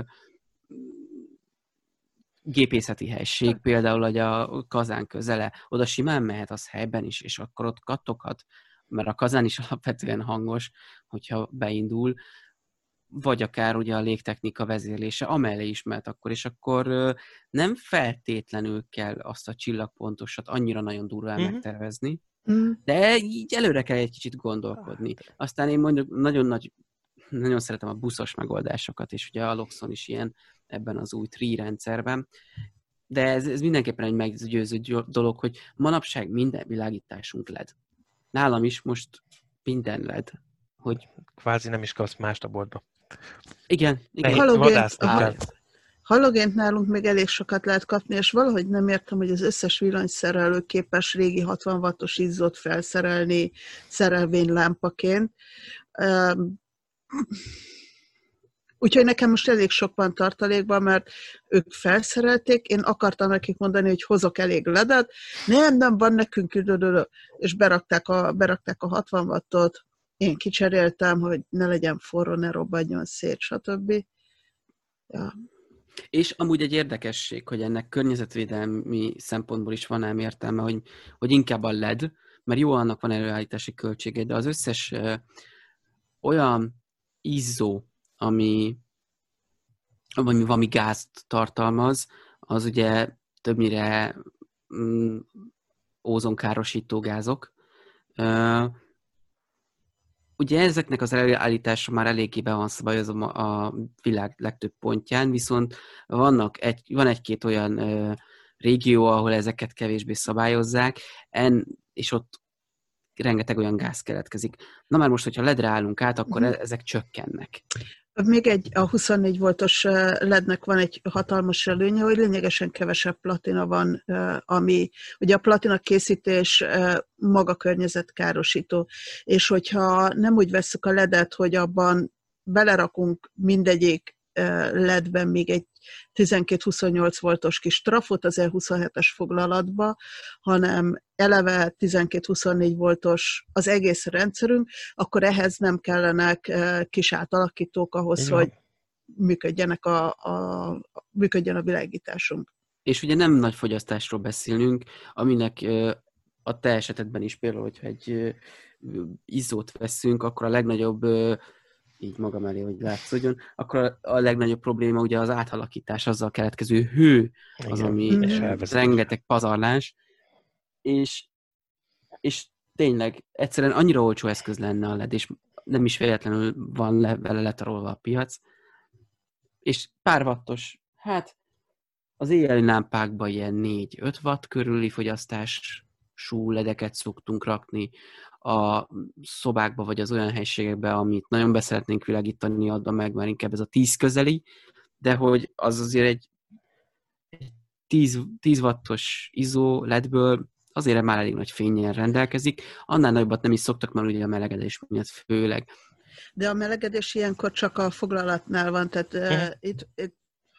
gépészeti helység, például, hogy a kazán közele, oda simán mehet az helyben is, és akkor ott kattoghat, mert a kazán is alapvetően hangos, hogyha beindul, vagy akár ugye a légtechnika vezérlése amellé is mehet akkor, és akkor nem feltétlenül kell azt a csillagpontosat annyira nagyon durván uh-huh. megtervezni, uh-huh. de így előre kell egy kicsit gondolkodni. Aztán én mondjuk nagyon nagy, nagyon szeretem a buszos megoldásokat, és ugye a Loxon is ilyen ebben az új Tree rendszerben, de ez, ez mindenképpen egy meggyőző dolog, hogy manapság minden világításunk el é dé. Nálam is most minden el é dé. Hogy... Kvázi nem is kapsz mást a boltba. Igen. igen. Halogént, halogént nálunk még elég sokat lehet kapni, és valahogy nem értem, hogy az összes villanyszerelő képes régi hatvan wattos izzót felszerelni szerelvénylámpaként. Úgyhogy nekem most elég sok van tartalékban, mert ők felszerelték, én akartam nekik mondani, hogy hozok elég ledet, nem, nem, van nekünk, és berakták a, berakták a hatvan wattot, én kicseréltem, hogy ne legyen forró, ne robbanjon szét, stb. Ja. És amúgy egy érdekesség, hogy ennek környezetvédelmi szempontból is van ám értelme, hogy, hogy inkább a el é dé, mert jó, annak van előállítási költsége, de az összes ö, olyan izzó, ami, ami valami gázt tartalmaz, az ugye többnyire mm, ózonkárosító gázok. Uh, ugye ezeknek az előállítása már eléggé be van szabályozva a világ legtöbb pontján, viszont vannak egy, van egy-két olyan uh, régió, ahol ezeket kevésbé szabályozzák, en, és ott rengeteg olyan gáz keletkezik. Na már most, hogyha ledre állunk át, akkor mm. ezek csökkennek. Még egy, a huszonnégy voltos lednek van egy hatalmas előnye, hogy lényegesen kevesebb platina van, ami ugye a platina készítés maga környezetkárosító, és hogyha nem úgy vesszük a ledet, hogy abban belerakunk mindegyik ledben még egy tizenkét-huszonnyolc voltos kis trafot az E huszonhetes foglalatba, hanem eleve tizenkét-huszonnégy voltos az egész rendszerünk, akkor ehhez nem kellenek kis átalakítók ahhoz, igen, hogy működjenek a, a, működjön a világításunk. És ugye nem nagy fogyasztásról beszélünk, aminek a te esetedben is például, hogyha egy izzót veszünk, akkor a legnagyobb, így magam elé, hogy látszódjon, akkor a legnagyobb probléma ugye az átalakítás, azzal keletkező hő, az, igen, ami mm-hmm. rengeteg pazarlás, és, és tényleg egyszerűen annyira olcsó eszköz lenne a led, és nem is véletlenül van le, vele letarolva a piac, és pár wattos, hát az éjjeli lámpákban ilyen négy-öt watt körüli fogyasztású ledeket szoktunk rakni, a szobákba vagy az olyan helységekbe, amit nagyon beszeretnénk világítani, adva meg már inkább ez a tíz közeli, de hogy az azért egy tíz wattos izó ledből azért már elég nagy fénnyel rendelkezik, annál nagyobbat nem is szoktak, mert ugye a melegedés miatt főleg. De a melegedés ilyenkor csak a foglalatnál van, tehát uh, itt, itt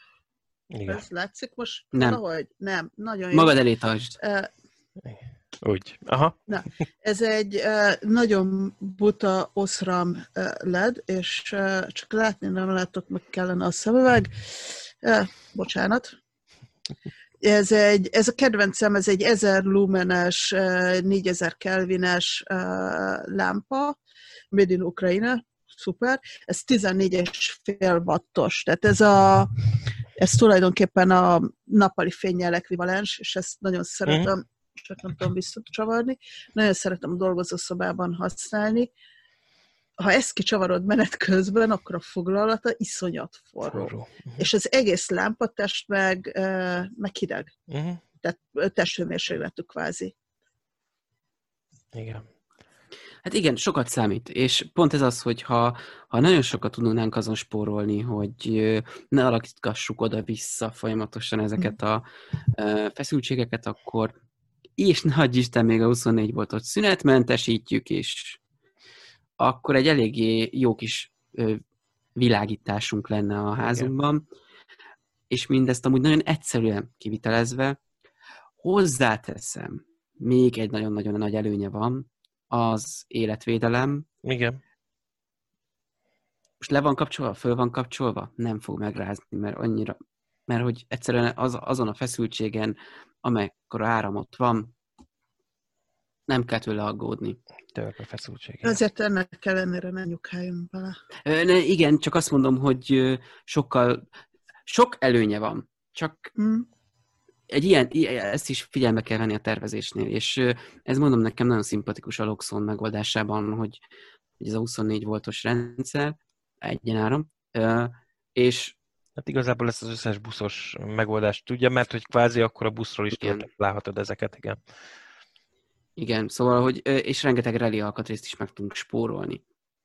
ez látszik most nem. valahogy? Nem, nagyon jó. Magad elé tartsd. Uh, Úgy. Aha. Na, ez egy uh, nagyon buta oszram uh, led, és uh, csak látni nem látok, meg kellene a szemüveg. Uh, bocsánat. Ez, egy, ez a kedvencem, ez egy ezer lumenes, uh, négyezer kelvines uh, lámpa, made in Ukrajna, szuper. Ez tizennégy és fél wattos, tehát ez a ez tulajdonképpen a nappali fénnyel ekvivalens, és ezt nagyon szeretem, mm. csak nem tudom visszacsavarni. Nagyon szeretem a dolgozószobában használni. Ha ezt kicsavarod menet közben, akkor a foglalata iszonyat forró. forró. Uh-huh. És az egész lámpatest meg, meg hideg. Uh-huh. Tehát testhőmérsékletű kvázi. Igen. Hát igen, sokat számít, és pont ez az, hogy ha, ha nagyon sokat tudnánk azon spórolni, hogy ne alakítgassuk oda-vissza folyamatosan ezeket a feszültségeket, akkor és ne adj Isten még a huszonnégy voltot szünetmentesítjük, és akkor egy eléggé jó kis világításunk lenne a házunkban, igen. És mindezt amúgy nagyon egyszerűen kivitelezve, hozzáteszem, még egy nagyon-nagyon nagy előnye van, az életvédelem. Igen. Most le van kapcsolva, föl van kapcsolva? Nem fog megrázni, mert annyira, mert hogy egyszerűen az, azon a feszültségen, amekkora áram ott van, nem kell tőle aggódni. Törpe feszültség. Azért ennek ellenére ne nyugháljunk bele. Ne, igen, csak azt mondom, hogy sokkal, sok előnye van. Csak mm. egy ilyen, ezt is figyelme kell venni a tervezésnél, és ez mondom nekem nagyon szimpatikus a Loxone megoldásában, hogy, hogy ez a huszonnégy voltos rendszer, egyenáram, és hát igazából ezt az összes buszos megoldást tudja, mert hogy kvázi akkor a buszról is láthatod ezeket, igen. Igen, szóval, hogy, és rengeteg rally alkatrészt is meg tudunk spórolni.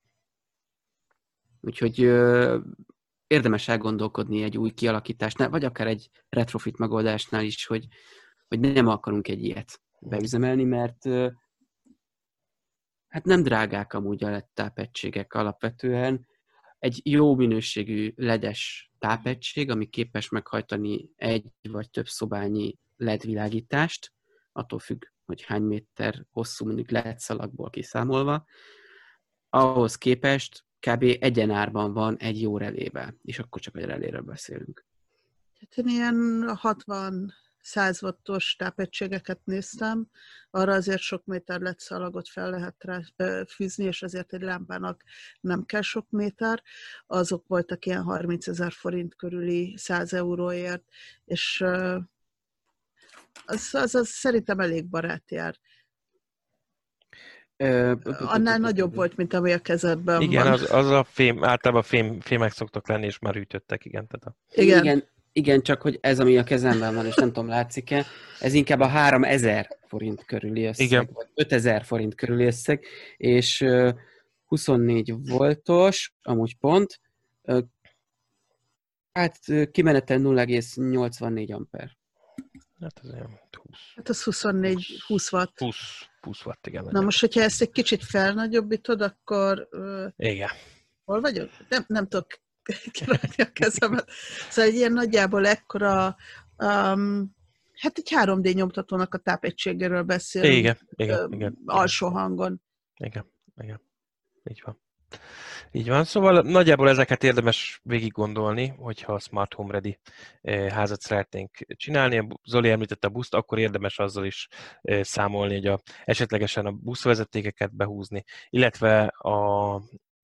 Úgyhogy ö, érdemes elgondolkodni egy új kialakításnál, vagy akár egy retrofit megoldásnál is, hogy, hogy nem akarunk egy ilyet beüzemelni, mert ö, hát nem drágák amúgy a el é dé tápegységek alapvetően. Egy jó minőségű ledes tápegység, ami képes meghajtani egy vagy több szobányi el é dé világítást, attól függ, hogy hány méter hosszú, mondjuk el é dé szalagból kiszámolva, ahhoz képest kb. Egyenárban van egy jó relével, és akkor csak egy reléről beszélünk. Hát ilyen hatvan száz wattos tápegységeket néztem, arra azért sok méter lett szalagot fel lehet rá fűzni, és ezért egy lámpának nem kell sok méter. Azok voltak ilyen harmincezer forint körüli száz euróért, és az, az, az szerintem elég barátjár. Annál nagyobb volt, mint ami a kezedben igen, van. az, az a fém, általában fém, fémek szoktak lenni, és már ütöttek, igen. Tehát a... igen. igen. Igen, csak hogy ez, ami a kezemben van, és nem tudom, látszik-e, ez inkább a háromezer forint körüli összeg, igen. Vagy ötezer forint körüli összeg, és huszonnégy voltos, amúgy pont, hát kimeneten nulla egész nyolcvannégy amper. Hát ez olyan húsz. Hát az huszonnégy húsz watt. húsz, húsz watt, igen. Na most, hogyha ezt egy kicsit felnagyobbítod, akkor... Igen. Hol vagyok? Nem, nem tudok kirakni a kezemet. Szóval egy ilyen nagyjából ekkora, um, hát egy három dé nyomtatónak a tápegységéről beszélünk. Igen, igen, uh, igen. Alsó hangon. Igen, igen. Így van. Így van, szóval nagyjából ezeket érdemes végig gondolni, hogyha a Smart Home Ready házat szeretnénk csinálni. Zoli említette a buszt, akkor érdemes azzal is számolni, hogy a, esetlegesen a buszvezetékeket behúzni, illetve a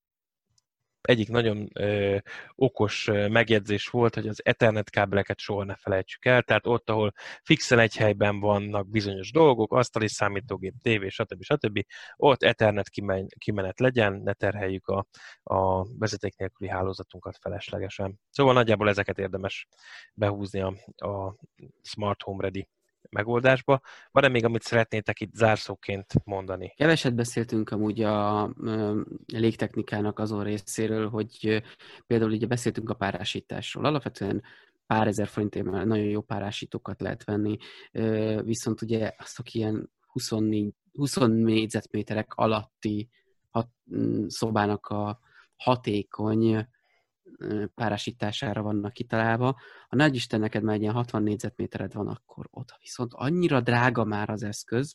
egyik nagyon ö, okos ö, megjegyzés volt, hogy az Ethernet kábeleket soha ne felejtsük el, tehát ott, ahol fixen egy helyben vannak bizonyos dolgok, asztali számítógép, tévé, stb. stb. Ott Ethernet kimen, kimenet legyen, ne terheljük a, a vezeték nélküli hálózatunkat feleslegesen. Szóval nagyjából ezeket érdemes behúzni a, a Smart Home Ready megoldásba. Van-e még, amit szeretnétek itt zárszóként mondani? Keveset beszéltünk amúgy a, a légtechnikának azon részéről, hogy például ugye beszéltünk a párásításról. Alapvetően pár ezer forintért nagyon jó párásítókat lehet venni, viszont ugye azok ilyen huszonnégy, húsz négyzetméterek alatti hat, szobának a hatékony párásítására vannak kitalálva. Ha nagyisten neked már egy ilyen hatvan négyzetmétered van, akkor oda viszont annyira drága már az eszköz,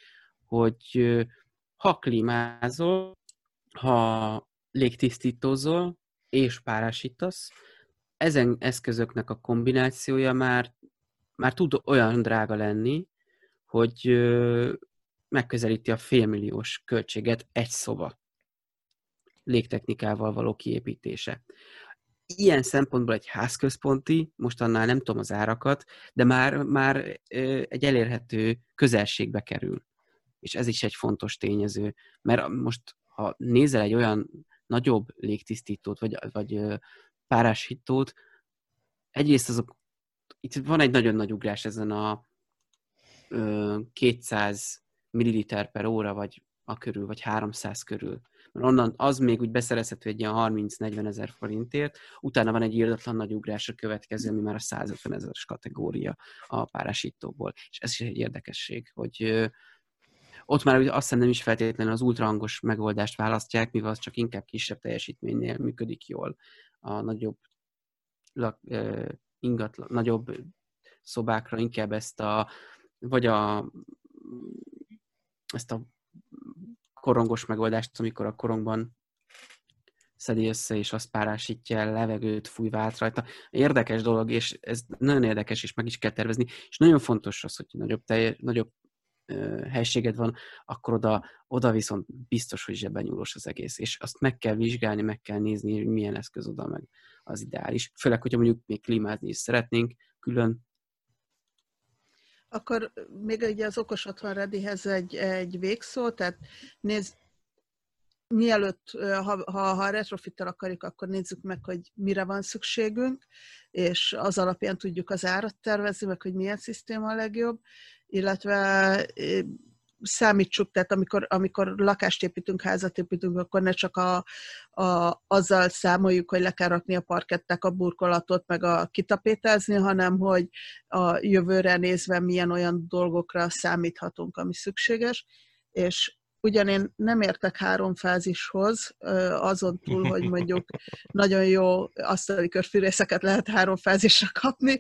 hogy ha klímázol, ha légtisztítózol és párásítasz, ezen eszközöknek a kombinációja már, már tud olyan drága lenni, hogy megközelíti a félmilliós költséget egy szoba légtechnikával való kiépítése. Ilyen szempontból egy házközponti, most annál nem tudom az árakat, de már, már egy elérhető közelségbe kerül. És ez is egy fontos tényező. Mert most, ha nézel egy olyan nagyobb légtisztítót, vagy, vagy párásítót, egyrészt azok, itt van egy nagyon nagy ugrás ezen a kétszáz milliliter per óra, vagy a körül, vagy háromszáz körül. Mert onnan az még úgy beszerezhető egy ilyen harminc-negyven ezer forintért, utána van egy irdatlan nagy ugrás a következő, ami már a százötven ezeres kategória a párásítóból. És ez is egy érdekesség, hogy ö, ott már azt hiszem nem is feltétlenül az ultrahangos megoldást választják, mivel az csak inkább kisebb teljesítménynél működik jól. A nagyobb lak, ö, ingatlan, nagyobb szobákra inkább ezt a, vagy a ezt a korongos megoldást, amikor a korongban szedi össze, és azt párásítja el, levegőt fújva át rajta. Érdekes dolog, és ez nagyon érdekes, és meg is kell tervezni, és nagyon fontos az, hogy nagyobb, telje, nagyobb ö, helységed van, akkor oda, oda viszont biztos, hogy zsebben nyúlós az egész, és azt meg kell vizsgálni, meg kell nézni, hogy milyen eszköz oda meg az ideális. Főleg, hogyha mondjuk még klímázni is szeretnénk, külön. Akkor még ugye az Okos Otthon Readyhez egy, egy végszó, tehát nézd, mielőtt, ha, ha, ha retrofittel akarjuk, akkor nézzük meg, hogy mire van szükségünk, és az alapján tudjuk az árat tervezni, meg hogy milyen szisztéma a legjobb, illetve számítsuk, tehát amikor, amikor lakást építünk, házat építünk, akkor ne csak a, a, azzal számoljuk, hogy le kell rakni a parkettek, a burkolatot, meg a kitapétázni, hanem hogy a jövőre nézve milyen olyan dolgokra számíthatunk, ami szükséges, és ugyan én nem értek háromfázishoz, azon túl, hogy mondjuk nagyon jó asztali körfűrészeket lehet háromfázisra kapni.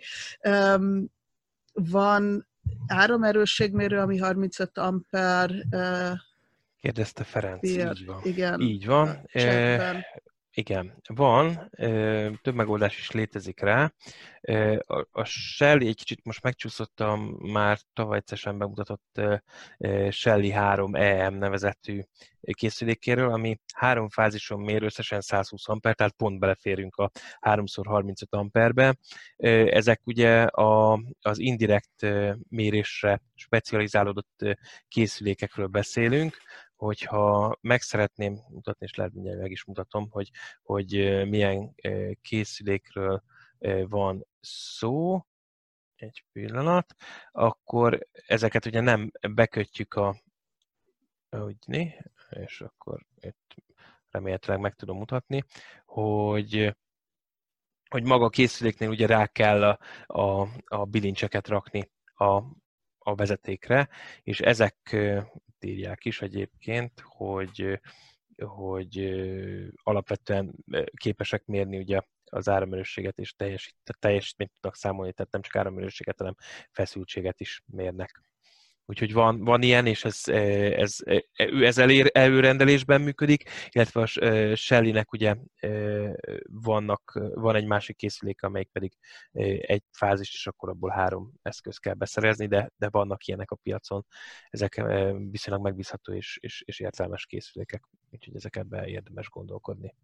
Van áramerősségmérő, ami harmincöt amper. Kérdezte Ferenc, Pier, így van. Igen, így van. Igen, van, több megoldás is létezik rá. A Shelly egy kicsit most megcsúszott a már tavaly cesen bemutatott Shelly három E M nevezetű készülékéről, ami három fázison mér összesen száz húsz amper, tehát pont beleférünk a három szor harmincöt amperbe. Ezek ugye a, az indirekt mérésre specializálódott készülékekről beszélünk. Hogyha meg szeretném mutatni, és lehet mindjárt meg is mutatom, hogy, hogy milyen készülékről van szó, egy pillanat, akkor ezeket ugye nem bekötjük a úgy, és akkor itt remélhetőleg meg tudom mutatni, hogy, hogy maga a készüléknél ugye rá kell a, a, a bilincseket rakni a, a vezetékre, és ezek írják is egyébként, hogy, hogy alapvetően képesek mérni ugye az áramerősséget és teljesít, teljesítményt tudnak számolni, tehát nem csak áramerősséget, hanem feszültséget is mérnek. Úgyhogy van, van ilyen, és ez, ez, ez elér, előrendelésben működik, illetve a Shelly-nek ugye vannak, van egy másik készülék, amelyik pedig egy fázis, és akkor abból három eszköz kell beszerezni, de, de vannak ilyenek a piacon. Ezek viszonylag megbízható és, és, és értelmes készülékek, úgyhogy ezekben érdemes gondolkodni.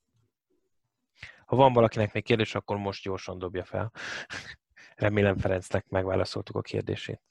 Ha van valakinek még kérdés, akkor most gyorsan dobja fel. Remélem Ferencnek megválaszoltuk a kérdését.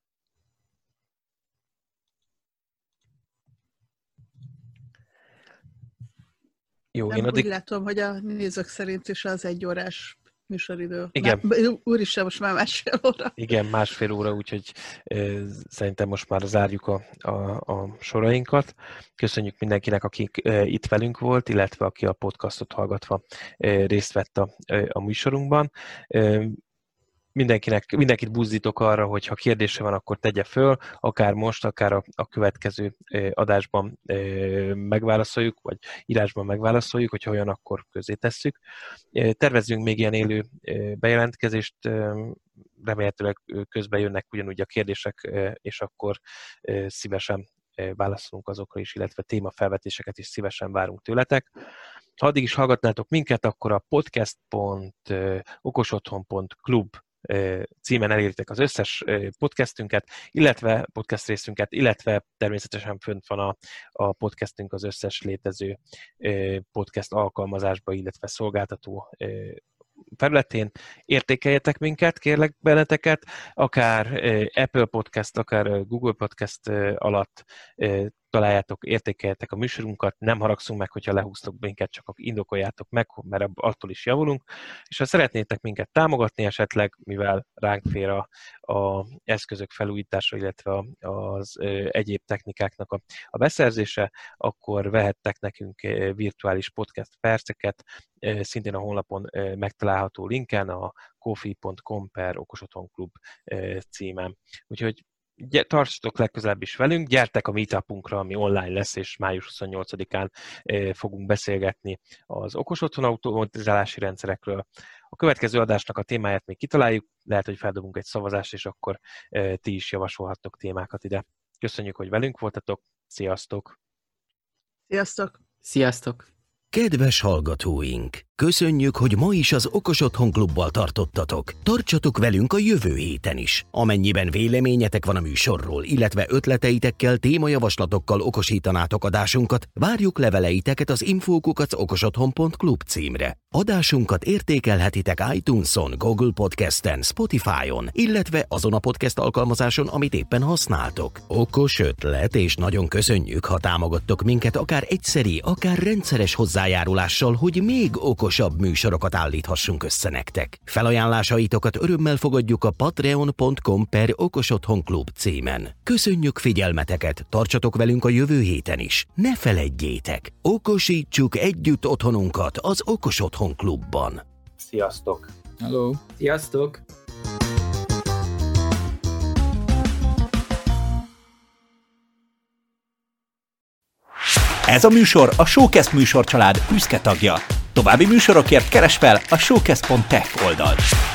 Jó, nem, én addig... úgy látom, hogy a nézők szerint is az egy órás műsoridő. Igen. Úristen, most már másfél óra. Igen, másfél óra, úgyhogy e, szerintem most már zárjuk a, a, a sorainkat. Köszönjük mindenkinek, aki e, itt velünk volt, illetve aki a podcastot hallgatva e, részt vett a, a műsorunkban. E, Mindenkinek, mindenkit buzdítok arra, hogy ha kérdése van, akkor tegye föl, akár most, akár a, a következő adásban megválaszoljuk, vagy írásban megválaszoljuk, hogyha olyan, akkor közé tesszük. Tervezzünk még ilyen élő bejelentkezést, remélhetőleg közben jönnek ugyanúgy a kérdések, és akkor szívesen válaszolunk azokra is, illetve témafelvetéseket is szívesen várunk tőletek. Ha addig is hallgatnátok minket, akkor a podcast pont okosotthon pont klub címen elértek az összes podcastünket, illetve podcast részünket, illetve természetesen fönt van a, a podcastünk az összes létező podcast alkalmazásba, illetve szolgáltató felületén. Értékeljetek minket, kérlek benneteket, akár Apple Podcast, akár Google Podcast alatt találjátok, értékeljetek a műsorunkat, nem haragszunk meg, hogyha lehúztok minket, csak indokoljátok meg, mert attól is javulunk. És ha szeretnétek minket támogatni esetleg, mivel ránk fér a, a eszközök felújítása, illetve az egyéb technikáknak a, a beszerzése, akkor vehettek nekünk virtuális podcast perceket, szintén a honlapon megtalálható linken, a kofi pont com per okosotthonklub címen. Úgyhogy tartsatok legközelebb is velünk, gyertek a meetupunkra, ami online lesz, és május huszonnyolcadikán fogunk beszélgetni az okos otthon automatizálási rendszerekről. A következő adásnak a témáját még kitaláljuk, lehet, hogy feldobunk egy szavazást, és akkor ti is javasolhattok témákat ide. Köszönjük, hogy velünk voltatok, sziasztok! Sziasztok! Sziasztok! Kedves hallgatóink! Köszönjük, hogy ma is az Okos Otthon Klubbal tartottatok. Tartsatok velünk a jövő héten is. Amennyiben véleményetek van a műsorról, illetve ötleteitekkel, témajavaslatokkal okosítanátok adásunkat, várjuk leveleiteket az info kukac okosotthon pont klub címre. Adásunkat értékelhetitek iTunes-on, Google Podcasten, Spotify-on, illetve azon a podcast alkalmazáson, amit éppen használtok. Okos ötlet, és nagyon köszönjük, ha támogattok minket akár egyszeri, akár rendszeres hozzájárulással, hogy még okos okosabb műsorokat állíthassunk össze nektek. Felajánlásaitokat örömmel fogadjuk a patreon pont com per okosotthonklub címen. Köszönjük figyelmeteket, tartsatok velünk a jövő héten is. Ne feledjétek, okosítsuk együtt otthonunkat az Okos Otthon Klubban. Sziasztok! Hello! Sziasztok! Ez a műsor a Showcast műsorcsalád büszke tagja. További műsorokért keresd fel a showcast pont tech oldalt.